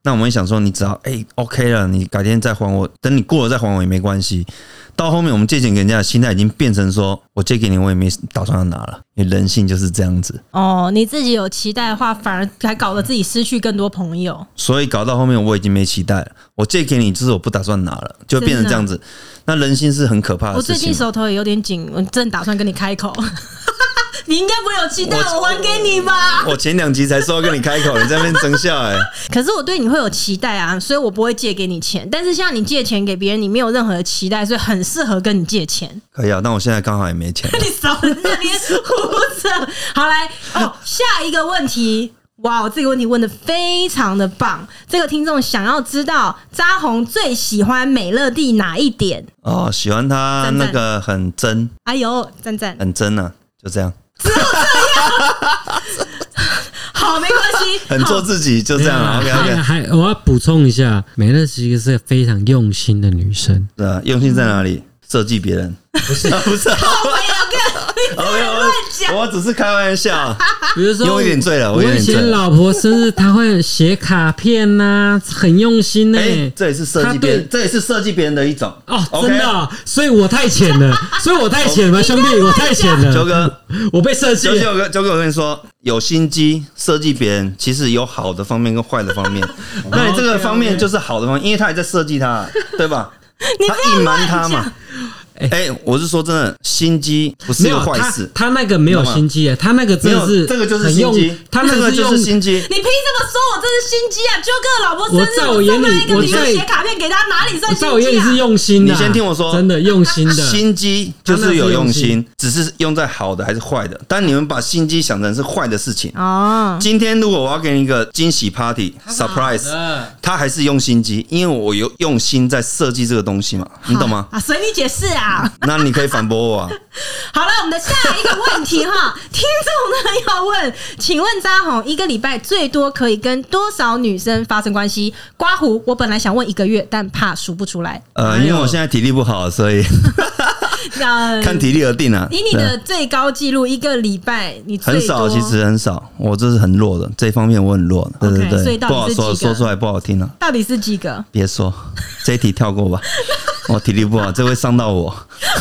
[SPEAKER 1] 那我们想说，你只要哎、欸、OK 了，你改天再还我，等你过了再还我也没关系。到后面我们借钱给人家的心态已经变成说，我借给你，我也没打算要拿了，因为人性就是这样子。
[SPEAKER 2] 哦，你自己有期待的话，反而还搞得自己失去更多朋友。
[SPEAKER 1] 所以搞到后面我已经没期待了，我借给你就是我不打算拿了，就变成这样子。那人心是很可怕的事情。
[SPEAKER 2] 我最近手头也有点紧，我正打算跟你开口。你应该不会有期待我还给你吧？
[SPEAKER 1] 我前两集才说要跟你开口，你在那边争笑哎。
[SPEAKER 2] 可是我对你会有期待啊，所以我不会借给你钱。但是像你借钱给别人，你没有任何的期待，所以很适合跟你借钱。
[SPEAKER 1] 可以啊，但我现在刚好也没钱。
[SPEAKER 2] 你少在那边胡扯。好来哦，下一个问题。哇，这个问题问得非常的棒！这个听众想要知道扎弘最喜欢美乐蒂哪一点？
[SPEAKER 1] 哦，喜欢他那个很真。
[SPEAKER 2] 哎呦，赞赞，
[SPEAKER 1] 很真啊，就这样。
[SPEAKER 2] 只有这样。好，没关系，
[SPEAKER 1] 很做自己，就这样。OK OK。
[SPEAKER 3] 还我要补充一下，美乐蒂是个非常用心的女生。
[SPEAKER 1] 对啊，用心在哪里？设计别人。不是，不是。
[SPEAKER 2] 我没有乱讲，
[SPEAKER 1] 我只是开玩笑。
[SPEAKER 3] 比如说，
[SPEAKER 1] 有点醉了，我有点醉。
[SPEAKER 3] 我以前老婆生日，他会写卡片呐、啊，很用心呢、欸。
[SPEAKER 1] 这也是设计别人，这也是设计别人的一种
[SPEAKER 3] 哦，真的、哦。所以我太浅了，所以我太浅了，兄弟，我太浅了。
[SPEAKER 1] 九哥，
[SPEAKER 3] 我被设计了。
[SPEAKER 1] 九哥，九哥，我跟你说，有心机设计别人，其实有好的方面跟坏的方面。那你这个方面就是好的方面，因为他也在设计他，对吧？他隐瞒他嘛。哎、欸，我是说真的，心机不是一个坏事。
[SPEAKER 3] 他, 他那个没有心机啊，他那个真的是
[SPEAKER 1] 这个就是心机，
[SPEAKER 3] 他那个
[SPEAKER 1] 就是心机。
[SPEAKER 2] 你凭什么说我这是心机啊？就跟老婆生日，
[SPEAKER 3] 我在我眼里，我
[SPEAKER 2] 在写卡片给他，哪里算心机啊？
[SPEAKER 3] 在我眼里是用心的、啊。
[SPEAKER 1] 你先听我说，
[SPEAKER 3] 真的用心的。
[SPEAKER 1] 心机就是有用心，只是用在好的还是坏的。但你们把心机想成是坏的事情哦。今天如果我要给你一个惊喜 party surprise， 他还是用心机，因为我有用心在设计这个东西嘛，你懂吗？
[SPEAKER 2] 啊，随你解释啊。
[SPEAKER 1] 那你可以反驳我啊。
[SPEAKER 2] 好了，我们的下一个问题哈，听众呢要问，请问扎弘一个礼拜最多可以跟多少女生发生关系？刮胡，我本来想问一个月，但怕数不出来。
[SPEAKER 1] 呃，因为我现在体力不好，所以看体力而定啊。
[SPEAKER 2] 以你的最高纪录，一个礼拜你最多
[SPEAKER 1] 很少，其实很少，我这是很弱的，这方面我很弱的。对对对，
[SPEAKER 2] okay, 所以到底是几个？
[SPEAKER 1] 不好说，说出来不好听啊。
[SPEAKER 2] 到底是几个？
[SPEAKER 1] 别说，这一题跳过吧。我体力不好，这会伤到我。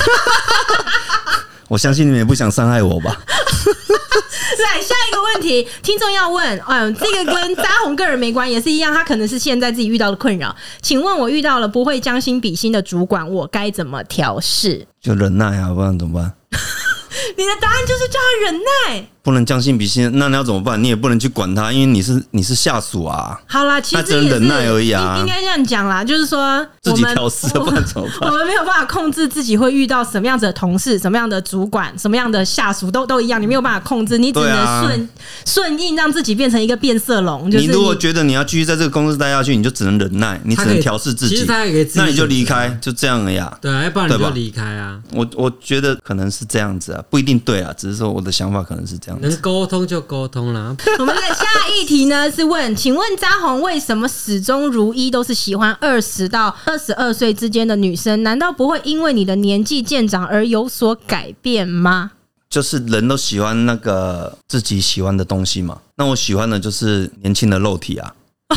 [SPEAKER 1] 我相信你们也不想伤害我吧？
[SPEAKER 2] 来，下一个问题，听众要问，嗯，这个跟扎弘个人没关，也是一样，他可能是现在自己遇到的困扰。请问我遇到了不会将心比心的主管，我该怎么调试？
[SPEAKER 1] 就忍耐啊，不然怎么办？
[SPEAKER 2] 你的答案就是叫他忍耐，
[SPEAKER 1] 不能将心比心，那你要怎么办？你也不能去管他，因为你是你是下属啊。
[SPEAKER 2] 好啦，其实
[SPEAKER 1] 他只能忍耐而已啊。
[SPEAKER 2] 应该这样讲啦，就是说
[SPEAKER 1] 自己调试，不然怎么办？
[SPEAKER 2] 我们没有办法控制自己会遇到什么样子的同事、什么样的主管、什么样的下属，都都一样，你没有办法控制，你只能顺顺应，让自己变成一个变色龙。就是、
[SPEAKER 1] 你如果觉得你要继续在这个公司待下去，你就只能忍耐，你只能调试自己。
[SPEAKER 3] 其实他也可以自己，
[SPEAKER 1] 那你就离开，就这样了呀。
[SPEAKER 3] 对啊，要不然你就离开啊。
[SPEAKER 1] 我我觉得可能是这样子啊，不一定对啊，只是说我的想法可能是这样子。
[SPEAKER 3] 能沟通就沟通啦。
[SPEAKER 2] 我们的下一题呢是问，请问扎弘为什么始终如一都是喜欢二十到二十二岁之间的女生？难道不会因为你的年纪渐长而有所改变吗？
[SPEAKER 1] 就是人都喜欢那个自己喜欢的东西嘛。那我喜欢的就是年轻的肉体啊。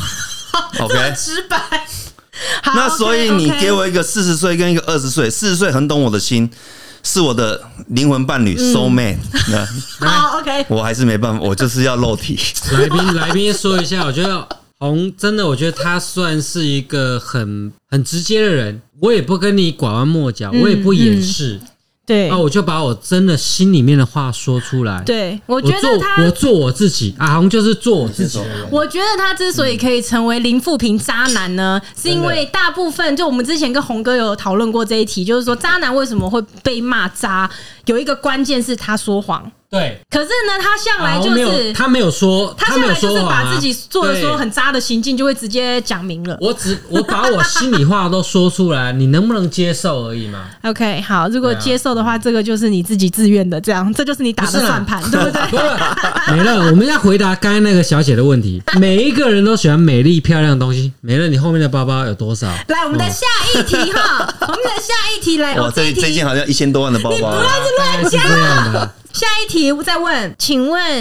[SPEAKER 2] OK， 这么直白。
[SPEAKER 1] 那所以你给我一个四十岁跟一个二十岁，四十岁很懂我的心，是我的灵魂伴侣 soul mate。
[SPEAKER 2] 好 ，OK，
[SPEAKER 1] 我还是没办法，我就是要肉体。
[SPEAKER 3] 来宾，来宾说一下，我觉得弘真的，我觉得他算是一个很很直接的人，我也不跟你拐弯抹角，我也不掩饰。嗯嗯
[SPEAKER 2] 对
[SPEAKER 3] 啊，我就把我真的心里面的话说出来。
[SPEAKER 2] 对，我觉得他
[SPEAKER 3] 我 做, 我做我自己，阿弘就是做我自己的人。
[SPEAKER 2] 我觉得他之所以可以成为零负评渣男呢，是因为大部分就我们之前跟弘哥有讨论过这一题，就是说渣男为什么会被骂渣，有一个关键是他说谎。
[SPEAKER 3] 对，
[SPEAKER 2] 可是呢，他向来就是、
[SPEAKER 3] 啊、他没有说，
[SPEAKER 2] 他向来就是把自己做的说很渣的行径，就会直接讲明了。
[SPEAKER 3] 我只我把我心里话都说出来，你能不能接受而已嘛
[SPEAKER 2] ？OK， 好，如果接受的话，这个就是你自己自愿的，这样这就是你打的算盘，对不对？
[SPEAKER 3] 美乐，我们要回答刚才那个小姐的问题。每一个人都喜欢美丽漂亮的东西。美乐，你后面的包包有多少？
[SPEAKER 2] 来，我们的下一题哈，我们的下一题来，
[SPEAKER 1] 哇，这这件好像一千多万的包包，
[SPEAKER 2] 你不要是乱讲。下一题再问，请问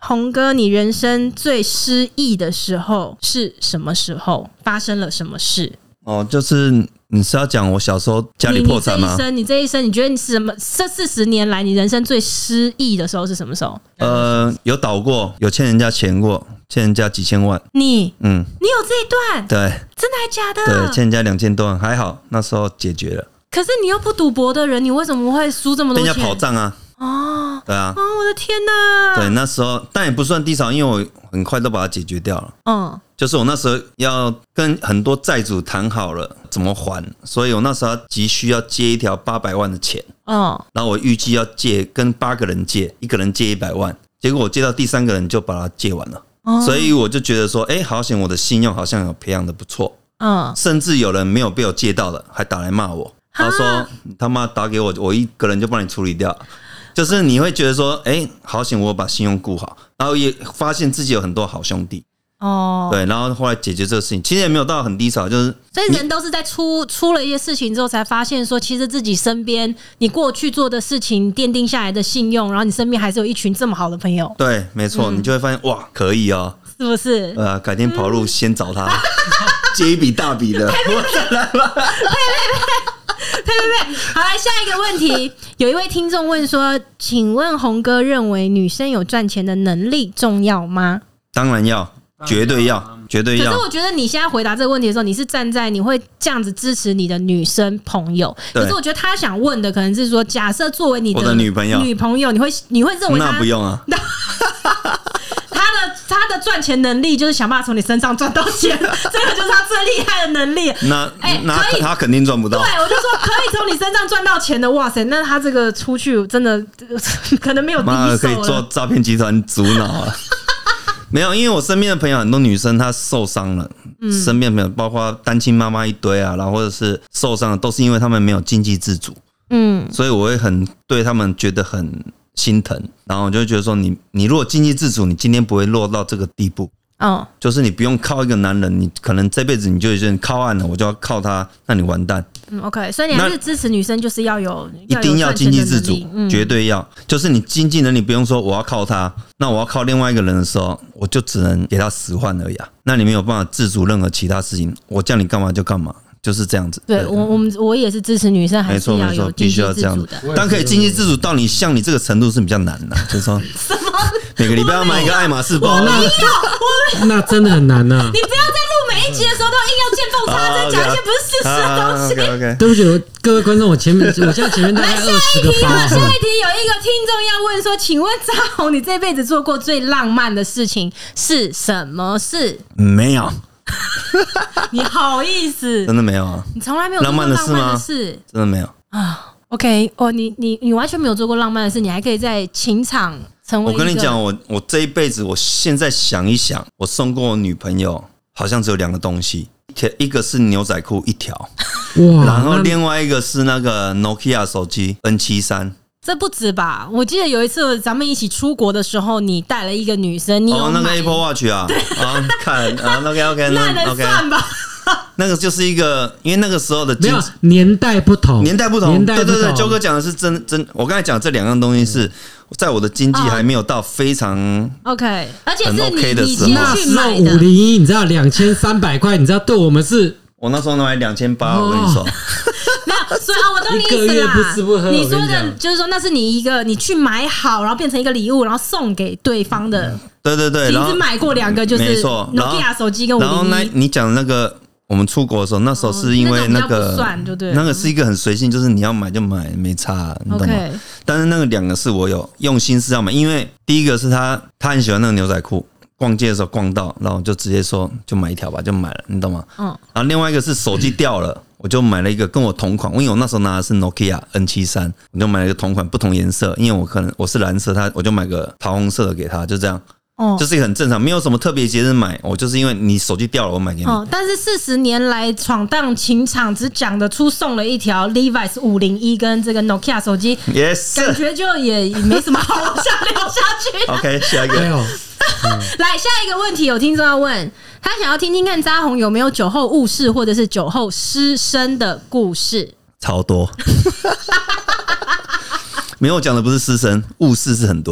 [SPEAKER 2] 宏哥，你人生最失意的时候是什么时候？发生了什么事？
[SPEAKER 1] 哦，就是你是要讲我小时候家里破产吗？
[SPEAKER 2] 你, 你这一生，你这一生，你觉得你什么？这四十年来，你人生最失意的时候是什么时候？
[SPEAKER 1] 呃，有倒过，有欠人家钱过，欠人家几千万。
[SPEAKER 2] 你，
[SPEAKER 1] 嗯，
[SPEAKER 2] 你有这一段？
[SPEAKER 1] 对，
[SPEAKER 2] 真的还假的？
[SPEAKER 1] 对，欠人家两千多万，还好那时候解决了。
[SPEAKER 2] 可是你又不赌博的人，你为什么会输这么多钱？
[SPEAKER 1] 人家跑账啊。
[SPEAKER 2] 哦，
[SPEAKER 1] 对啊，
[SPEAKER 2] 哦，我的天哪！
[SPEAKER 1] 对，那时候但也不算低潮，因为我很快都把它解决掉了。
[SPEAKER 2] 嗯，
[SPEAKER 1] 就是我那时候要跟很多债主谈好了怎么还，所以我那时候急需要借一条八百万的钱。嗯，然后我预计要借跟八个人借，一个人借一百万，结果我借到第三个人就把它借完了。哦，所以我就觉得说，哎、欸，好险我的信用好像有培养的不错。嗯，甚至有人没有被我借到的，还打来骂我，他说你他妈打给我，我一个人就帮你处理掉。就是你会觉得说，哎、欸，好险我把信用顾好，然后也发现自己有很多好兄弟。哦，对，然后后来解决这个事情，其实也没有到很低潮，就是
[SPEAKER 2] 所以人都是在出出了一些事情之后，才发现说，其实自己身边你过去做的事情奠定下来的信用，然后你身边还是有一群这么好的朋友。
[SPEAKER 1] 对，没错，嗯、你就会发现哇，可以哦，
[SPEAKER 2] 是不是？
[SPEAKER 1] 呃，改天跑路先找他，借一笔大笔的，我再来吧。
[SPEAKER 2] 呸呸呸！好，来下一个问题，有一位听众问说：“请问宏哥认为女生有赚钱的能力重要吗？”
[SPEAKER 1] 当然要，绝对要，绝对要。
[SPEAKER 2] 可是我觉得你现在回答这个问题的时候，你是站在你会这样子支持你的女生朋友。可是我觉得他想问的可能是说，假设作为你的
[SPEAKER 1] 我的女朋友，
[SPEAKER 2] 女朋友，你会你会认为
[SPEAKER 1] 那不用啊？
[SPEAKER 2] 他的他的赚钱能力就是想办法从你身上赚到钱，这个就是他最厉害的能力。
[SPEAKER 1] 那、欸、那他肯定赚不到。
[SPEAKER 2] 对，我就说可以从你身上赚到钱的，哇塞！那他这个出去真的可能没有第一手了，
[SPEAKER 1] 可以做诈骗集团主脑啊。没有，因为我身边的朋友很多女生她受伤了，嗯、身边的朋友包括单亲妈妈一堆啊，然后或者是受伤的，都是因为他们没有经济自主。嗯，所以我会很对他们觉得很心疼，然后我就会觉得说你，你你如果经济自主，你今天不会落到这个地步。哦，就是你不用靠一个男人，你可能这辈子你就已经靠岸了，我就要靠他，那你完蛋。
[SPEAKER 2] 嗯 ，OK， 所以你还是支持女生，就是要有
[SPEAKER 1] 一定要经济自主，嗯、绝对要。就是你经济能力不用说我要靠他，那我要靠另外一个人的时候，我就只能给他使唤而已啊。那你没有办法自主任何其他事情，我叫你干嘛就干嘛。就是这样子，
[SPEAKER 2] 对, 对我我们我也是支持女生还是要有经济自主的，
[SPEAKER 1] 但可以经济自主到你像你这个程度是比较难的，就是说
[SPEAKER 2] 什么
[SPEAKER 1] 每个礼拜要买一个爱马仕包，
[SPEAKER 2] 我没有，我
[SPEAKER 3] 那真的很难呐、啊。
[SPEAKER 2] 你不要在录每一集的时候都硬要见缝插针，讲一些不是事实的东西。
[SPEAKER 1] Okay, okay.
[SPEAKER 3] 对不起，各位观众，我前面我现在前面大概二十个包。
[SPEAKER 2] 下一题有一个听众要问说，请问扎弘，你这辈子做过最浪漫的事情是什么事？
[SPEAKER 1] 没有。
[SPEAKER 2] 你好意思？
[SPEAKER 1] 真的没有啊！
[SPEAKER 2] 你从来没有做过浪漫的事吗？
[SPEAKER 1] 真的没有
[SPEAKER 2] 啊。OK， 哦，你你你完全没有做过浪漫的事，你还可以在情场成为一个。
[SPEAKER 1] 我跟你讲，我我这一辈子，我现在想一想，我送过我女朋友好像只有两个东西，一个是牛仔裤一条，哇，然后另外一个是那个 Nokia 手机 N 七十三。
[SPEAKER 2] 这不止吧？我记得有一次咱们一起出国的时候，你带了一个女生，你有
[SPEAKER 1] 哦那个 Apple Watch 啊，啊看啊 OK OK
[SPEAKER 2] 那能算吧？
[SPEAKER 1] 那个就是一个，因为那个时候的
[SPEAKER 3] 没有年代不同，
[SPEAKER 1] 年代不同，
[SPEAKER 3] 年代不同
[SPEAKER 1] 对对对，周哥讲的是真真。我刚才讲这两样东西是在我的经济还没有到非常
[SPEAKER 2] OK， 而且是
[SPEAKER 1] 你
[SPEAKER 2] OK
[SPEAKER 1] 的时候，
[SPEAKER 3] 那时候五零一，你知道两千三百块，你知道对我们是，
[SPEAKER 1] 我那时候买两千八，我跟你说。
[SPEAKER 2] 没有，所以哦，我懂你意思啦。
[SPEAKER 3] 不吃不喝，
[SPEAKER 2] 你说的就是说，那是你一个你去买好，然后变成一个礼物，然后送给对方的。嗯、
[SPEAKER 1] 对对对，
[SPEAKER 2] 然后买过两个，就是 Nokia 手机跟五零一。
[SPEAKER 1] 然后那你讲那个，我们出国的时候，那时候是因为那个，
[SPEAKER 2] 哦、那, 就对
[SPEAKER 1] 那个是一个很随性，就是你要买就买，没差，你懂吗？ Okay. 但是那个两个是我有用心思要买，因为第一个是他他很喜欢那个牛仔裤。逛街的时候逛到，然后就直接说就买一条吧，就买了，你懂吗？嗯。然后另外一个是手机掉了，我就买了一个跟我同款，因为我那时候拿的是 Nokia N 七十三，我就买了一个同款不同颜色，因为我可能我是蓝色，他我就买个桃红色的给他，就这样。哦，这是一个很正常，没有什么特别节日买，我就是因为你手机掉了，我买给你。
[SPEAKER 2] 哦，但是四十年来闯荡情场，只讲得出送了一条 Levi's 五零一跟这个 Nokia 手机
[SPEAKER 1] ，yes，
[SPEAKER 2] 感觉就也没什么好往下聊下去。
[SPEAKER 1] OK， 下一个。
[SPEAKER 2] 嗯、来下一个问题，有听众要问，他想要听听看扎弘有没有酒后误事或者是酒后失身的故事。
[SPEAKER 1] 超多，没有讲的不是失身，误事是很多。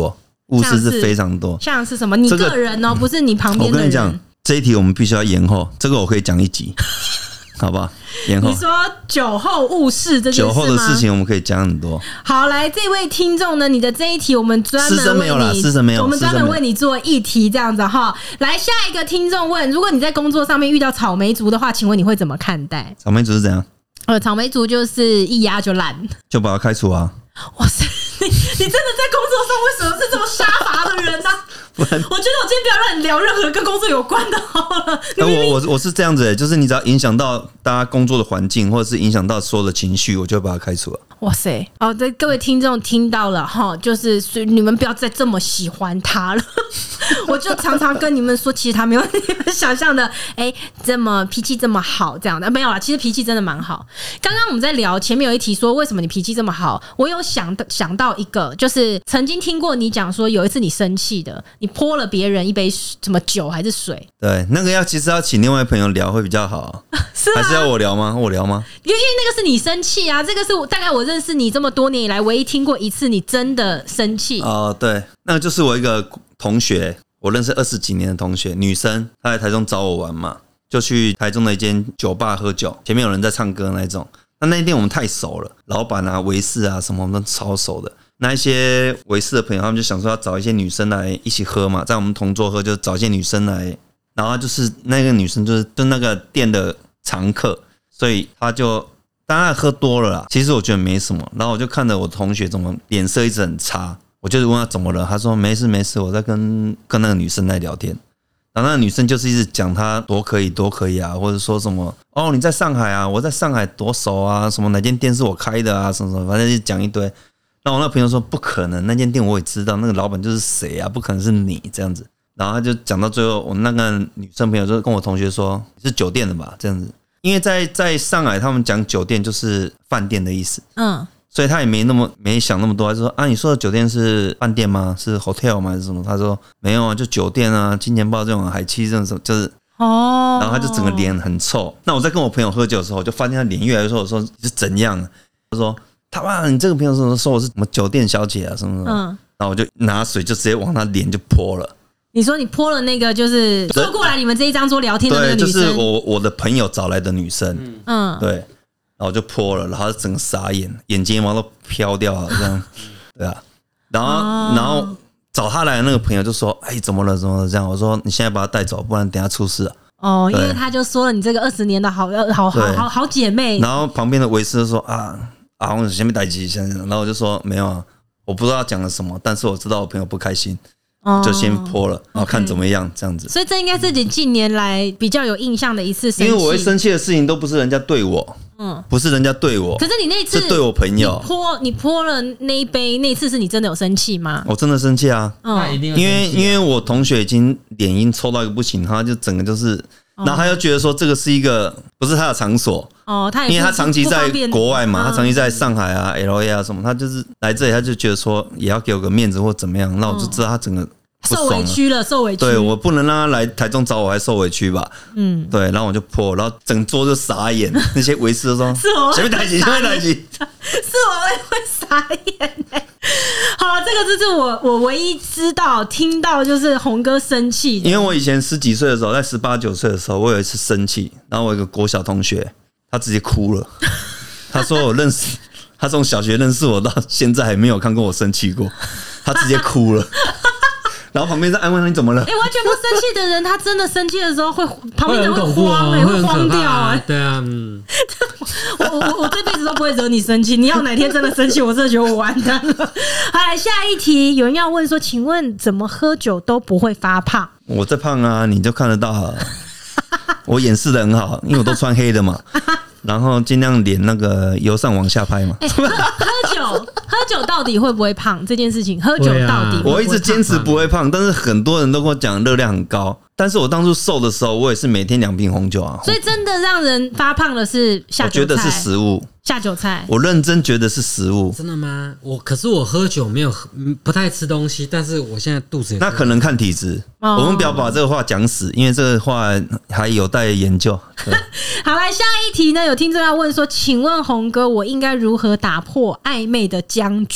[SPEAKER 1] 误事是非常多。
[SPEAKER 2] 像是什么？你个人哦、喔，不是你旁边的人。
[SPEAKER 1] 我跟你讲，这一题我们必须要延后，这个我可以讲一集，好不好？延后。
[SPEAKER 2] 你说酒后误事这件事吗？
[SPEAKER 1] 酒后的事情我们可以讲很多。
[SPEAKER 2] 好，来，这位听众呢，你的这一题我们专门为你，
[SPEAKER 1] 师生没有，
[SPEAKER 2] 我们专门为你做一题这样子哈。来，下一个听众问：如果你在工作上面遇到草莓族的话，请问你会怎么看待？
[SPEAKER 1] 草莓族是怎样？
[SPEAKER 2] 呃，草莓族就是一压就烂，
[SPEAKER 1] 就把他开除啊！
[SPEAKER 2] 哇塞，你你真的在工作上为什么是这么杀伐的人呢、啊？我觉得我今天不要让你聊任何跟工作有关的好了。
[SPEAKER 1] 呃、我我我是这样子、欸，就是你只要影响到大家工作的环境，或者是影响到所有的情绪，我就会把他开除了。
[SPEAKER 2] 哇塞！好的，各位听众听到了哈，就是你们不要再这么喜欢他了。我就常常跟你们说，其实他没有你们想象的，哎、欸，这么脾气这么好这样的，没有啦。其实脾气真的蛮好。刚刚我们在聊前面有一题说，为什么你脾气这么好？我有想想到一个，就是曾经听过你讲说，有一次你生气的，你泼了别人一杯什么酒还是水？
[SPEAKER 1] 对，那个要其实要请另外朋友聊会比较好。
[SPEAKER 2] 是啊，
[SPEAKER 1] 还是要我聊吗？我聊吗？
[SPEAKER 2] 因为那个是你生气啊，这个是我大概我认识你这么多年以来唯一听过一次你真的生气。
[SPEAKER 1] 哦、呃，对，那个就是我一个同学，我认识二十几年的同学，女生，她来台中找我玩嘛，就去台中的一间酒吧喝酒，前面有人在唱歌那种。那那一天我们太熟了，老板啊、维士啊什么我们都超熟的。那一些维士的朋友，他们就想说要找一些女生来一起喝嘛，在我们同桌喝，就找一些女生来。然后就是那个女生就是就那个店的常客，所以他就当然喝多了啦。其实我觉得没什么，然后我就看着我同学怎么脸色一直很差，我就问他怎么了，他说没事没事，我在跟跟那个女生在聊天。然后那个女生就是一直讲她多可以多可以啊，或者说什么哦你在上海啊，我在上海多熟啊，什么哪间店是我开的啊，什么什么，反正就讲一堆。然后我那朋友说不可能，那间店我也知道，那个老板就是谁啊，不可能是你这样子。然后他就讲到最后，我那个女生朋友就跟我同学说是酒店的吧，这样子，因为在在上海他们讲酒店就是饭店的意思，嗯，所以他也没那么没想那么多，他就说啊，你说的酒店是饭店吗？是 hotel 吗？还是什么？他说没有啊，就酒店啊，金钱豹这种海七这种就是哦，然后他就整个脸很臭。那我在跟我朋友喝酒的时候，我就发现他脸越来越臭，我说你是怎样？他说他妈你这个朋友说我是什么酒店小姐啊什么什么，嗯，然后我就拿水就直接往他脸就泼了。
[SPEAKER 2] 你说你泼了那个就是坐过来你们这一张桌聊天的那个女生，
[SPEAKER 1] 对，就是我我的朋友找来的女生，嗯，对，然后我就泼了，然后整个傻眼，眼睫毛都飘掉了，这样，对啊，然后、哦、然后找他来的那个朋友就说，哎，怎么了怎么了这样？我说你现在把他带走，不然等一下出事啊。
[SPEAKER 2] 哦，因为他就说了你这个二十年的好好好好好姐妹，
[SPEAKER 1] 然后旁边的维斯就说啊啊，我前面待机，然后我就说没有啊，我不知道他讲了什么，但是我知道我朋友不开心。就先泼了，然后看怎么样，这样子。
[SPEAKER 2] 所以这应该是你近年来比较有印象的一次生气。
[SPEAKER 1] 因为我会生气的事情都不是人家对我，嗯，不是人家对我。
[SPEAKER 2] 可是你那次
[SPEAKER 1] 是对我朋友，
[SPEAKER 2] 你泼你泼了那一杯，那次是你真的有生气吗？
[SPEAKER 1] 我真的生气啊！
[SPEAKER 3] 那一定有
[SPEAKER 1] 因为因为我同学已经脸已经臭到一个不行，他就整个就是。然后他又觉得说这个是一个不是他的场所哦，他因为他长期在国外嘛，他长期在上海啊、L A 啊什么，他就是来这里他就觉得说也要给我个面子或怎么样，那我就知道他整个不爽了，
[SPEAKER 2] 受委屈了，受委屈。
[SPEAKER 1] 对，我不能让他来台中找我还受委屈吧？嗯，对，然后我就泼，然后整桌就傻眼，那些维士都说
[SPEAKER 2] 是我
[SPEAKER 1] 前面台机，前面台机，
[SPEAKER 2] 是我会傻眼哎、欸。好了，这个就是我我唯一知道听到就是洪哥生气，
[SPEAKER 1] 因为我以前十几岁的时候，在十八九岁的时候，我有一次生气，然后我有一个国小同学，他直接哭了，他说我认识，他从小学认识我到现在还没有看过我生气过，他直接哭了。然后旁边在安慰他你怎么了？
[SPEAKER 2] 哎、欸，完全不生气的人，他真的生气的时候会旁边人会慌、欸，会慌掉哎、欸。
[SPEAKER 3] 对啊，嗯，
[SPEAKER 2] 我我我这辈子都不会惹你生气。你要哪天真的生气，我真的觉得我完蛋了。好，来下一题，有人要问说，请问怎么喝酒都不会发胖？
[SPEAKER 1] 我在胖啊，你就看得到了。我掩饰的很好，因为我都穿黑的嘛。然后尽量脸那个由上往下拍嘛。
[SPEAKER 2] 欸、喝, 喝酒，喝酒到底会不会胖这件事情？喝酒到底会不会胖？
[SPEAKER 1] 我一直坚持不会胖，但是很多人都跟我讲热量很高。但是我当初瘦的时候，我也是每天两瓶红酒啊。
[SPEAKER 2] 所以真的让人发胖的是下酒菜，
[SPEAKER 1] 我觉得是食物。
[SPEAKER 2] 下酒菜，
[SPEAKER 1] 我认真觉得是食物。
[SPEAKER 3] 真的吗？我可是我喝酒没有不太吃东西，但是我现在肚子也
[SPEAKER 1] 那可能看体质。哦、我们不要把这个话讲死，因为这个话还有待研究。
[SPEAKER 2] 好，来下一题呢？有听众要问说，请问洪哥，我应该如何打破暧昧的僵局？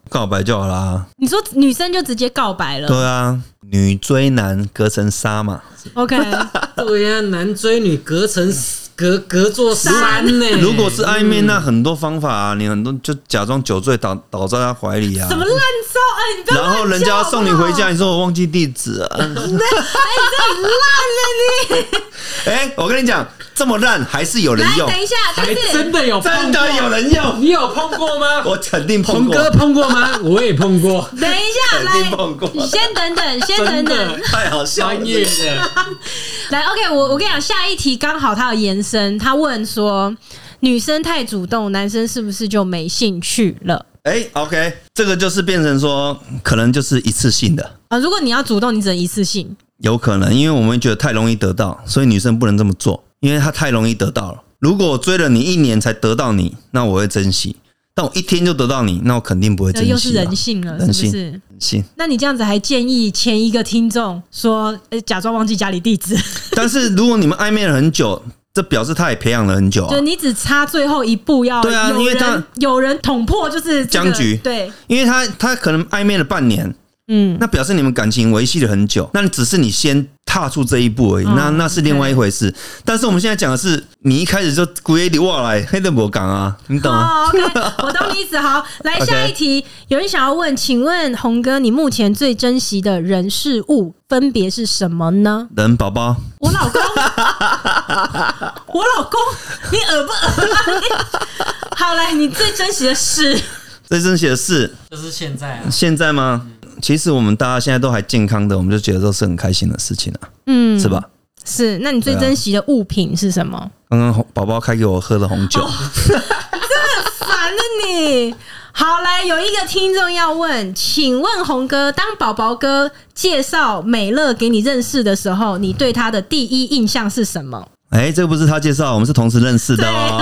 [SPEAKER 1] 告白就好啦。
[SPEAKER 2] 你说女生就直接告白了？
[SPEAKER 1] 对啊，女追男隔层纱嘛。
[SPEAKER 2] OK，
[SPEAKER 3] 对呀、啊，男追女隔层隔隔座山呢。
[SPEAKER 1] 如果是暧昧，那很多方法啊，你很多就假装酒醉倒倒在他怀里啊。
[SPEAKER 2] 什么烂招？哎，你不要
[SPEAKER 1] 然后人家要送你回家，你说我忘记地址啊。哎，你
[SPEAKER 2] 这很烂了你。
[SPEAKER 1] 哎，我跟你讲，这么烂还是有人用。
[SPEAKER 2] 来，等一下，
[SPEAKER 3] 还真的有碰过，
[SPEAKER 1] 真的有人用。
[SPEAKER 3] 你有碰过吗？
[SPEAKER 1] 我肯定碰过。
[SPEAKER 3] 红哥碰过吗？我也碰过。
[SPEAKER 2] 等一下，
[SPEAKER 1] 肯定碰过。
[SPEAKER 2] 来，先等等，先等等，
[SPEAKER 1] 太好笑了。
[SPEAKER 3] 专业的。
[SPEAKER 2] 来 ，OK， 我我跟你讲，下一题刚好他有延伸，他问说，女生太主动，男生是不是就没兴趣了？
[SPEAKER 1] 哎、欸、，OK， 这个就是变成说，可能就是一次性的
[SPEAKER 2] 啊。如果你要主动，你只能一次性。
[SPEAKER 1] 有可能，因为我们觉得太容易得到，所以女生不能这么做，因为她太容易得到了。如果我追了你一年才得到你，那我会珍惜；但我一天就得到你，那我肯定不会珍惜。
[SPEAKER 2] 又是人性了，是不是？人
[SPEAKER 1] 性。
[SPEAKER 2] 那你这样子还建议前一个听众说，欸、假装忘记家里地址？
[SPEAKER 1] 但是如果你们暧昧了很久，这表示他也培养了很久啊。
[SPEAKER 2] 就你只差最后一步要
[SPEAKER 1] 对啊，因为他
[SPEAKER 2] 有人捅破就是、这个、
[SPEAKER 1] 僵局，
[SPEAKER 2] 对，
[SPEAKER 1] 因为他他可能暧昧了半年。嗯，那表示你们感情维系了很久，那只是你先踏出这一步而已，那那是另外一回事。但是我们现在讲的是，你一开始就故意哇来黑的我讲啊，你懂吗？
[SPEAKER 2] 哦 OK， 我懂你意思。好，来下一题，有人想要问，请问洪哥，你目前最珍惜的人事物分别是什么呢？
[SPEAKER 1] 人宝宝，
[SPEAKER 2] 我老公，我老公，你恶不恶？好，来，你最珍惜的是。
[SPEAKER 1] 最珍惜的是
[SPEAKER 3] 就是现在啊，
[SPEAKER 1] 现在吗？其实我们大家现在都还健康的，我们就觉得都是很开心的事情啊，嗯，是吧？
[SPEAKER 2] 是。那你最珍惜的物品是什么？
[SPEAKER 1] 刚刚宝宝开给我喝的红酒，
[SPEAKER 2] 哦、真的很烦了你。好，来，有一个听众要问，请问洪哥，当宝宝哥介绍美乐给你认识的时候，你对他的第一印象是什么？
[SPEAKER 1] 哎、欸，这个不是他介绍，我们是同时认识的哦。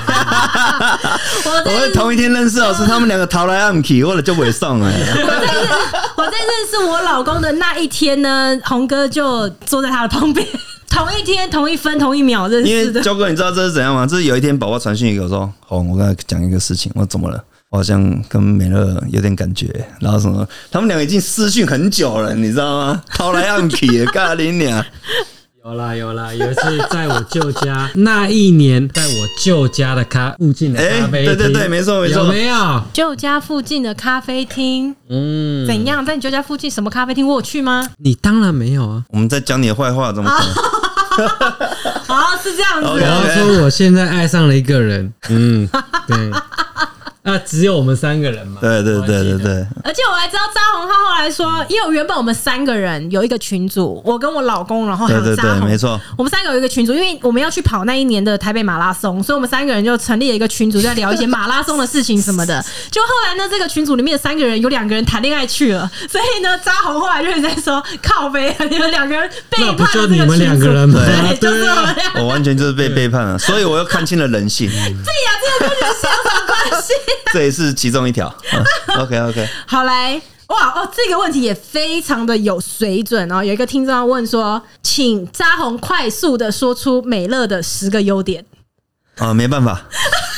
[SPEAKER 1] 我们同一天认识哦，是他们两个逃来暗去，我了就不会送哎。
[SPEAKER 2] 我在认识我老公的那一天呢，洪哥就坐在他的旁边，同一天、同一分、同一秒认识的。
[SPEAKER 1] 因为焦哥，你知道这是怎样吗？这是有一天宝宝传讯给我说：“洪，我跟他讲一个事情，我怎么了？我好像跟美乐有点感觉，然后什么？他们俩已经私讯很久了，你知道吗？逃来暗去，干你俩。”
[SPEAKER 3] 有啦有啦，有一次在我舅家那一年，在我舅家的咖附近的咖啡厅、欸，
[SPEAKER 1] 对对对，没错没错，
[SPEAKER 3] 有没有？
[SPEAKER 2] 舅家附近的咖啡厅，嗯，怎样？在你舅家附近什么咖啡厅？我有去吗？
[SPEAKER 3] 你当然没有啊！
[SPEAKER 1] 我们在讲你的坏话，怎么可能？
[SPEAKER 2] 好，是这样子。
[SPEAKER 3] 我要说，我现在爱上了一个人，嗯，对。那只有我们三个人嘛？
[SPEAKER 1] 对对对对对。
[SPEAKER 2] 而且我还知道扎红他后来说，因为原本我们三个人有一个群组，我跟我老公，然后还有扎红，
[SPEAKER 1] 对对对，没错。
[SPEAKER 2] 我们三个有一个群组，因为我们要去跑那一年的台北马拉松，所以我们三个人就成立了一个群组，在聊一些马拉松的事情什么的。就后来呢，这个群组里面的三个人有两个人谈恋爱去了，所以呢，扎红后来就在说靠北，你们两个人背叛了这个群组。
[SPEAKER 3] 那不就你们两个人吗？
[SPEAKER 2] 对，就是我们两个。
[SPEAKER 1] 我完全就是被背叛了，所以我又看清了人性。对
[SPEAKER 2] 呀，这个跟人性有什么关系？
[SPEAKER 1] 这也是其中一条。OK OK，
[SPEAKER 2] 好来。哇哦，这个问题也非常的有水准哦。有一个听众要问说，请扎红快速的说出美乐的十个优点。
[SPEAKER 1] 啊、呃，没办法。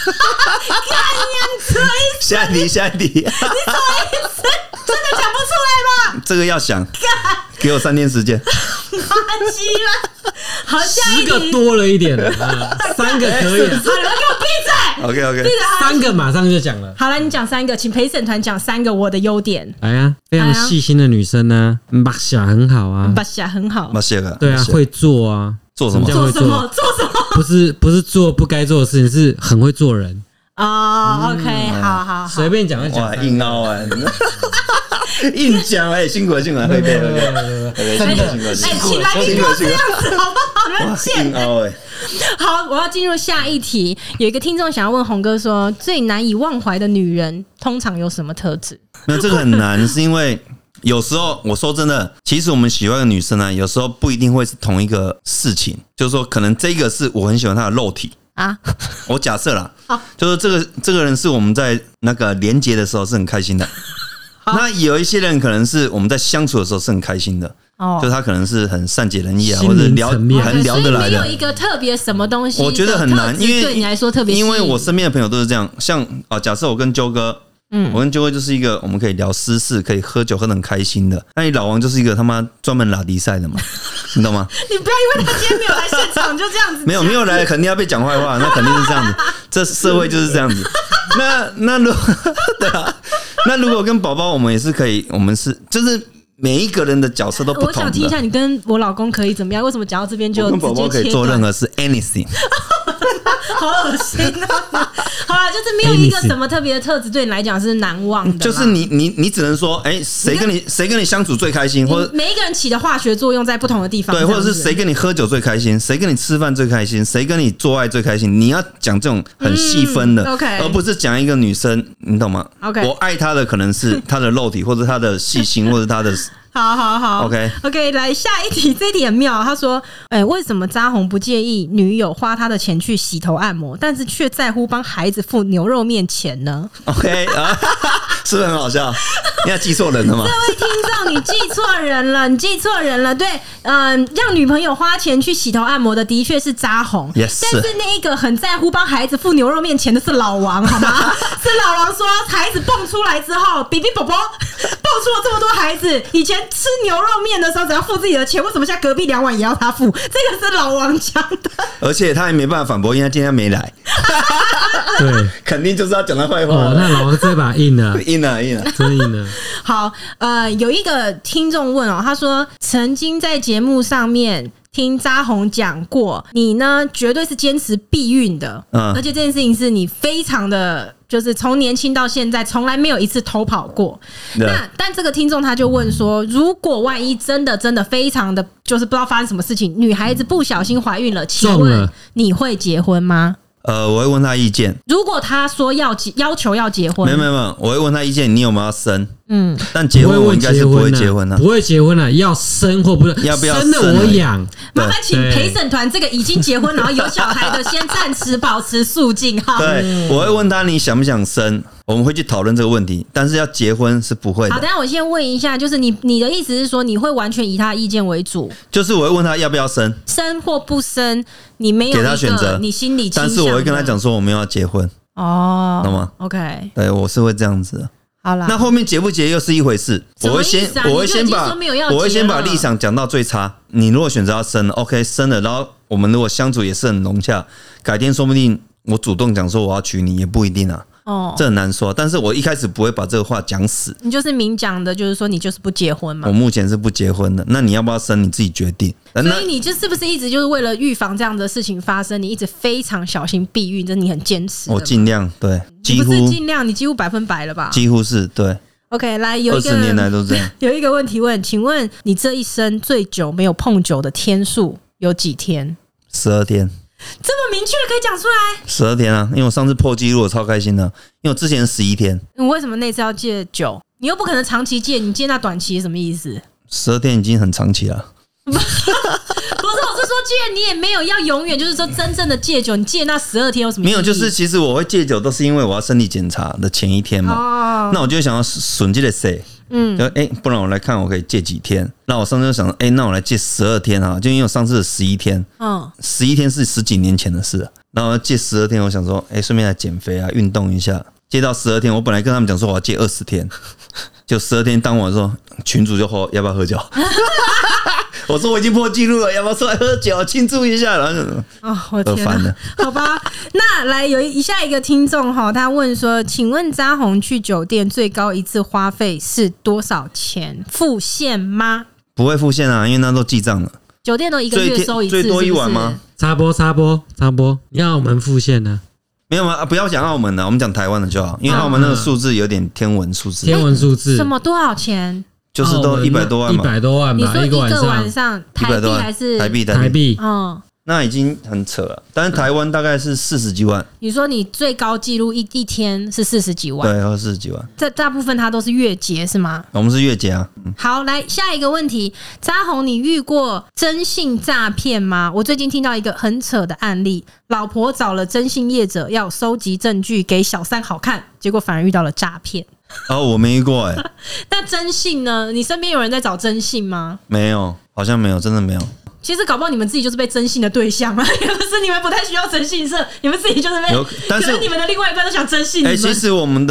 [SPEAKER 1] 下一题，下一题。你什么
[SPEAKER 2] 意思？真的讲不出来吗？
[SPEAKER 1] 这个要想，给我三天时间。
[SPEAKER 2] 垃圾了。好，下一题。
[SPEAKER 3] 十个多了一点了，啊、三个可以了。
[SPEAKER 2] 好，你们给我闭嘴。
[SPEAKER 1] OK OK，
[SPEAKER 2] 闭嘴。
[SPEAKER 3] 三个马上就讲了。
[SPEAKER 2] 好了，你讲三个，请陪审团讲三个我的优点。
[SPEAKER 3] 来啊，非常细心的女生呢、啊，马小很好啊，
[SPEAKER 2] 马小很好，
[SPEAKER 1] 马小
[SPEAKER 3] 对啊，会做啊，
[SPEAKER 1] 做什么？
[SPEAKER 2] 做什么？做什么？
[SPEAKER 3] 不是不是做不该做的事情，是很会做人。
[SPEAKER 2] 哦 ，OK， 好好好，
[SPEAKER 3] 随便讲一讲，
[SPEAKER 1] 哇，硬凹啊，硬讲哎，辛苦了，辛苦了，会背会背，真的辛苦了，
[SPEAKER 2] 哎，请来宾不要这样子好不好？
[SPEAKER 1] 哇，硬凹哎。
[SPEAKER 2] 好，我要进入下一题。有一个听众想要问洪哥说，最难以忘怀的女人通常有什么特质？
[SPEAKER 1] 那这个很难，是因为有时候我说真的，其实我们喜欢的女生呢、啊，有时候不一定会是同一个事情，就是说，可能这个是我很喜欢她的肉体。啊，我假设啦，就是这个这个人是我们在那个连结的时候是很开心的，那有一些人可能是我们在相处的时候是很开心的，哦，就他可能是很善解人意啊，或者聊很聊得来的。
[SPEAKER 2] 所以没有一个特别什么东西，
[SPEAKER 1] 我觉得很难，因为
[SPEAKER 2] 对你来说特别，
[SPEAKER 1] 因为我身边的朋友都是这样，像啊，假设我跟啾哥嗯，我跟就会就是一个我们可以聊私事，可以喝酒喝得很开心的。那你老王就是一个他妈专门拉迪赛的嘛，你懂吗？
[SPEAKER 2] 你不要因为他今天没有来现场就这样子，
[SPEAKER 1] 没有没有来，肯定要被讲坏话，那肯定是这样子。这社会就是这样子。那那如对啊，那如果跟宝宝，我们也是可以，我们是就是每一个人的角色都不同的。
[SPEAKER 2] 我想听一下，你跟我老公可以怎么样？为什么讲到这边就直接切断？
[SPEAKER 1] 我跟宝宝可以做任何事 ，anything。
[SPEAKER 2] 好恶心啊！好啦，就是没有一个什么特别的特质对你来讲是难忘的。
[SPEAKER 1] 就是你你你只能说，哎、欸，谁跟你谁跟你相处最开心，或者
[SPEAKER 2] 每一个人起的化学作用在不同的地方，
[SPEAKER 1] 对，或者是谁跟你喝酒最开心，谁跟你吃饭最开心，谁跟你做爱最开心，你要讲这种很细分的、
[SPEAKER 2] 嗯、，OK，
[SPEAKER 1] 而不是讲一个女生，你懂吗
[SPEAKER 2] ？OK，
[SPEAKER 1] 我爱她的可能是她的肉体，或者她的细心，或者她的。
[SPEAKER 2] 好好好
[SPEAKER 1] ，OK
[SPEAKER 2] OK， 来下一题，这一题很妙。他说：“哎、欸，为什么扎红不介意女友花他的钱去洗头按摩，但是却在乎帮孩子付牛肉面钱呢
[SPEAKER 1] ？”OK 啊，是不是很好笑？你要记错人了吗？
[SPEAKER 2] 这位听众，你记错人了，你记错人了。对，嗯、呃，让女朋友花钱去洗头按摩的的确是扎红，
[SPEAKER 1] yes，
[SPEAKER 2] 但是那一个很在乎帮孩子付牛肉面钱的是老王，好吗？是老王说，孩子蹦出来之后，比比宝宝蹦出了这么多孩子，以前吃牛肉面的时候只要付自己的钱，为什么现在隔壁两碗也要他付？这个是老王讲的，
[SPEAKER 1] 而且他也没办法反驳，因为他今天没来。
[SPEAKER 3] 对，
[SPEAKER 1] 肯定就是要讲他坏话。
[SPEAKER 3] 哦，那老王这把硬了，
[SPEAKER 1] 硬了，硬了，
[SPEAKER 3] 真硬了。
[SPEAKER 2] 好，呃，有一个听众问哦，他说曾经在节目上面听扎红讲过，你呢绝对是坚持避孕的，嗯，而且这件事情是你非常的。就是从年轻到现在，从来没有一次偷跑过。那但这个听众他就问说，如果万一真的真的非常的，就是不知道发生什么事情，女孩子不小心怀孕了，请问你会结婚吗？
[SPEAKER 1] 呃，我会问他意见。
[SPEAKER 2] 如果他说要要求要结婚，
[SPEAKER 1] 没有没有没有，我会问他意见，你有没有要生？嗯，但结婚我应该是不会结婚的、啊，
[SPEAKER 3] 不会结婚了、啊，要生或不是
[SPEAKER 1] 要不要
[SPEAKER 3] 生的我养。
[SPEAKER 2] 麻烦请陪审团这个已经结婚然后有小孩的先暂时保持肃静哈。
[SPEAKER 1] 对，我会问他你想不想生，我们会去讨论这个问题，但是要结婚是不会的。
[SPEAKER 2] 好，等一下我先问一下，就是你你的意思是说你会完全以他的意见为主？
[SPEAKER 1] 就是我会问他要不要生，
[SPEAKER 2] 生或不生，你没有
[SPEAKER 1] 给他选择，
[SPEAKER 2] 你心里倾向的，
[SPEAKER 1] 但是我会跟他讲说我们要结婚哦，懂吗
[SPEAKER 2] ？OK，
[SPEAKER 1] 对，我是会这样子的。
[SPEAKER 2] 好啦，
[SPEAKER 1] 那后面结不结又是一回事。我会先，
[SPEAKER 2] 啊、
[SPEAKER 1] 我会先把，我会先把立场讲到最差。你如果选择要生了 ，OK， 生了，然后我们如果相处也是很融洽，改天说不定我主动讲说我要娶你，也不一定啊。哦，这很难说。但是我一开始不会把这个话讲死。
[SPEAKER 2] 你就是明讲的，就是说你就是不结婚嘛。
[SPEAKER 1] 我目前是不结婚的，那你要不要生你自己决定。
[SPEAKER 2] 所以你就是不是一直就是为了预防这样的事情发生，你一直非常小心避孕，这你很坚持。
[SPEAKER 1] 我尽量对，几乎
[SPEAKER 2] 不是尽量，你几乎百分百了吧？
[SPEAKER 1] 几乎是对。
[SPEAKER 2] OK， 来有一个
[SPEAKER 1] 二十年来都这样。
[SPEAKER 2] 有一个问题问，请问你这一生最久没有碰酒的天数有几天？
[SPEAKER 1] 十二天。
[SPEAKER 2] 这么明确的可以讲出来？
[SPEAKER 1] 十二天啊，因为我上次破纪录，我超开心的，因为我之前十一天。
[SPEAKER 2] 你为什么那次要戒酒？你又不可能长期戒，你戒那短期什么意思？
[SPEAKER 1] 十二天已经很长期了。
[SPEAKER 2] 不是，我是说，既然你也没有要永远，就是说真正的戒酒，你戒那十二天有什么意义？
[SPEAKER 1] 没有，就是其实我会戒酒，都是因为我要身体检查的前一天嘛。哦、那我就会想要损这个谁？嗯，就哎、欸，不然我来看我可以戒几天。那我上次就想，哎、欸，那我来戒十二天啊，就因为我上次十一天，嗯，十一天是十几年前的事了。然后戒十二天，我想说，哎、欸，顺便来减肥啊，运动一下。戒到十二天，我本来跟他们讲说我要戒二十天，就十二天当晚说群主就喝要不要喝酒？我说我已经破纪录了，要不要出来喝酒庆祝一下？然后就
[SPEAKER 2] 哦，我天哪，好吧。那来有一下一个听众哈，他问说，请问扎红去酒店最高一次花费是多少钱？付现吗？
[SPEAKER 1] 不会付现啊，因为那都记账了。
[SPEAKER 2] 酒店都一个月收一次，
[SPEAKER 1] 最多一晚吗？
[SPEAKER 3] 插播插播插播，你澳门付现呢？
[SPEAKER 1] 没有吗？不要讲澳门了，我们讲台湾的就好，因为澳门那个数字有点天文数字。
[SPEAKER 3] 天文数字、欸、
[SPEAKER 2] 什么多少钱？
[SPEAKER 1] 就是都一百多万嘛，
[SPEAKER 3] 一百多万吧。
[SPEAKER 2] 你说一个晚上，
[SPEAKER 3] 晚
[SPEAKER 2] 上台币还是
[SPEAKER 1] 台币？
[SPEAKER 3] 台币，
[SPEAKER 2] 嗯，
[SPEAKER 1] 那已经很扯了。但是台湾大概是四十几万。
[SPEAKER 2] 你说你最高纪录一一天是四十几万，
[SPEAKER 1] 对，四十几万。
[SPEAKER 2] 这大部分它都是月结是吗？
[SPEAKER 1] 我们是月结啊。嗯、
[SPEAKER 2] 好，来下一个问题，扎红，你遇过征信诈骗吗？我最近听到一个很扯的案例，老婆找了征信业者要收集证据给小三好看，结果反而遇到了诈骗。
[SPEAKER 1] 哦，我没遇过哎、欸。
[SPEAKER 2] 那征信呢？你身边有人在找征信吗？
[SPEAKER 1] 没有，好像没有，真的没有。
[SPEAKER 2] 其实搞不好你们自己就是被征信的对象嘛，也不是你们不太需要征信社，你们自己就是被。
[SPEAKER 1] 但是
[SPEAKER 2] 可能你们的另外一半都想征信你们。
[SPEAKER 1] 哎、欸，其实我们的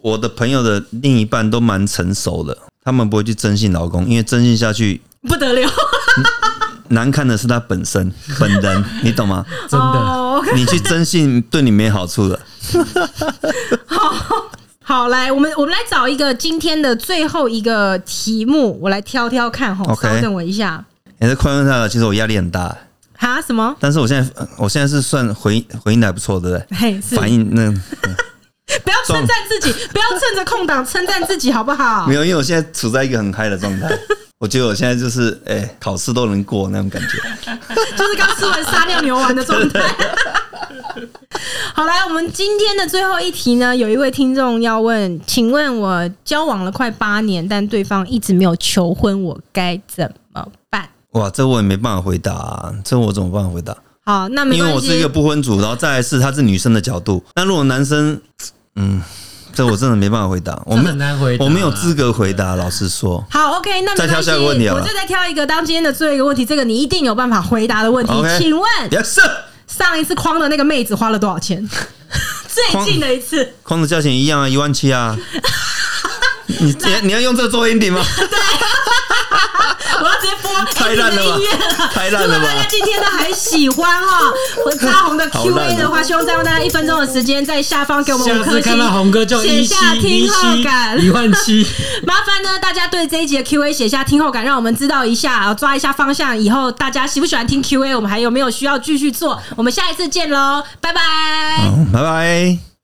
[SPEAKER 1] 我的朋友的另一半都蛮成熟的，他们不会去征信老公，因为征信下去
[SPEAKER 2] 不得了。
[SPEAKER 1] 难看的是他本身本人，你懂吗？
[SPEAKER 3] 真的，
[SPEAKER 2] oh, okay.
[SPEAKER 1] 你去征信对你没好处的。
[SPEAKER 2] 好，好，来，我们我们来找一个今天的最后一个题目，我来挑挑看哈。
[SPEAKER 1] OK，
[SPEAKER 2] 稍等我一下。
[SPEAKER 1] 也是快问他了，其实我压力很大。
[SPEAKER 2] 哈？什么？
[SPEAKER 1] 但是我现在我现在是算回回应的还不错，对不对？
[SPEAKER 2] 嘿，是
[SPEAKER 1] 反应那。
[SPEAKER 2] 不要称赞自己，不要趁着空档称赞自己，好不好？
[SPEAKER 1] 没有，因为我现在处在一个很嗨的状态。我觉得我现在就是哎、欸，考试都能过那种感觉，
[SPEAKER 2] 就是刚吃完撒尿牛丸的状态。好，来，我们今天的最后一题呢，有一位听众要问，请问我交往了快八年，但对方一直没有求婚，我该怎么办？
[SPEAKER 1] 哇，这我也没办法回答、啊，这我怎么办法回答？
[SPEAKER 2] 好，那没关系，
[SPEAKER 1] 因为我是一个不婚主，然后再来是他是女生的角度。那如果男生，嗯，这我真的没办法回答，我没
[SPEAKER 3] 很难回答，
[SPEAKER 1] 我没有资格回答。老实说，
[SPEAKER 2] 好 ，OK， 那没关系，
[SPEAKER 1] 再挑下一个问题好了，
[SPEAKER 2] 我就再挑一个当今天的最后一个问题，这个你一定有办法回答的问题。
[SPEAKER 1] Okay，
[SPEAKER 2] 请问
[SPEAKER 1] yes，
[SPEAKER 2] 上一次框的那个妹子花了多少钱？最近的一次，
[SPEAKER 1] 框的价钱一样啊，一万七啊。你你要用这个做 ending 吗？
[SPEAKER 2] 对。我要直接播
[SPEAKER 1] 太烂了吧，
[SPEAKER 2] 音乐了，
[SPEAKER 1] 太烂了吧！
[SPEAKER 2] 如果大家今天都还喜欢哈，我扎红的 Q A 的话，希望再用大家一分钟的时间在下方给我们五颗星，
[SPEAKER 3] 看到红哥就
[SPEAKER 2] 写下听后感
[SPEAKER 3] 一万七。
[SPEAKER 2] 麻烦呢，大家对这一集的 Q A 写下听后感，让我们知道一下，抓一下方向。以后大家喜不喜欢听 Q A， 我们还有没有需要继续做？我们下一次见喽，拜拜，
[SPEAKER 1] 拜拜。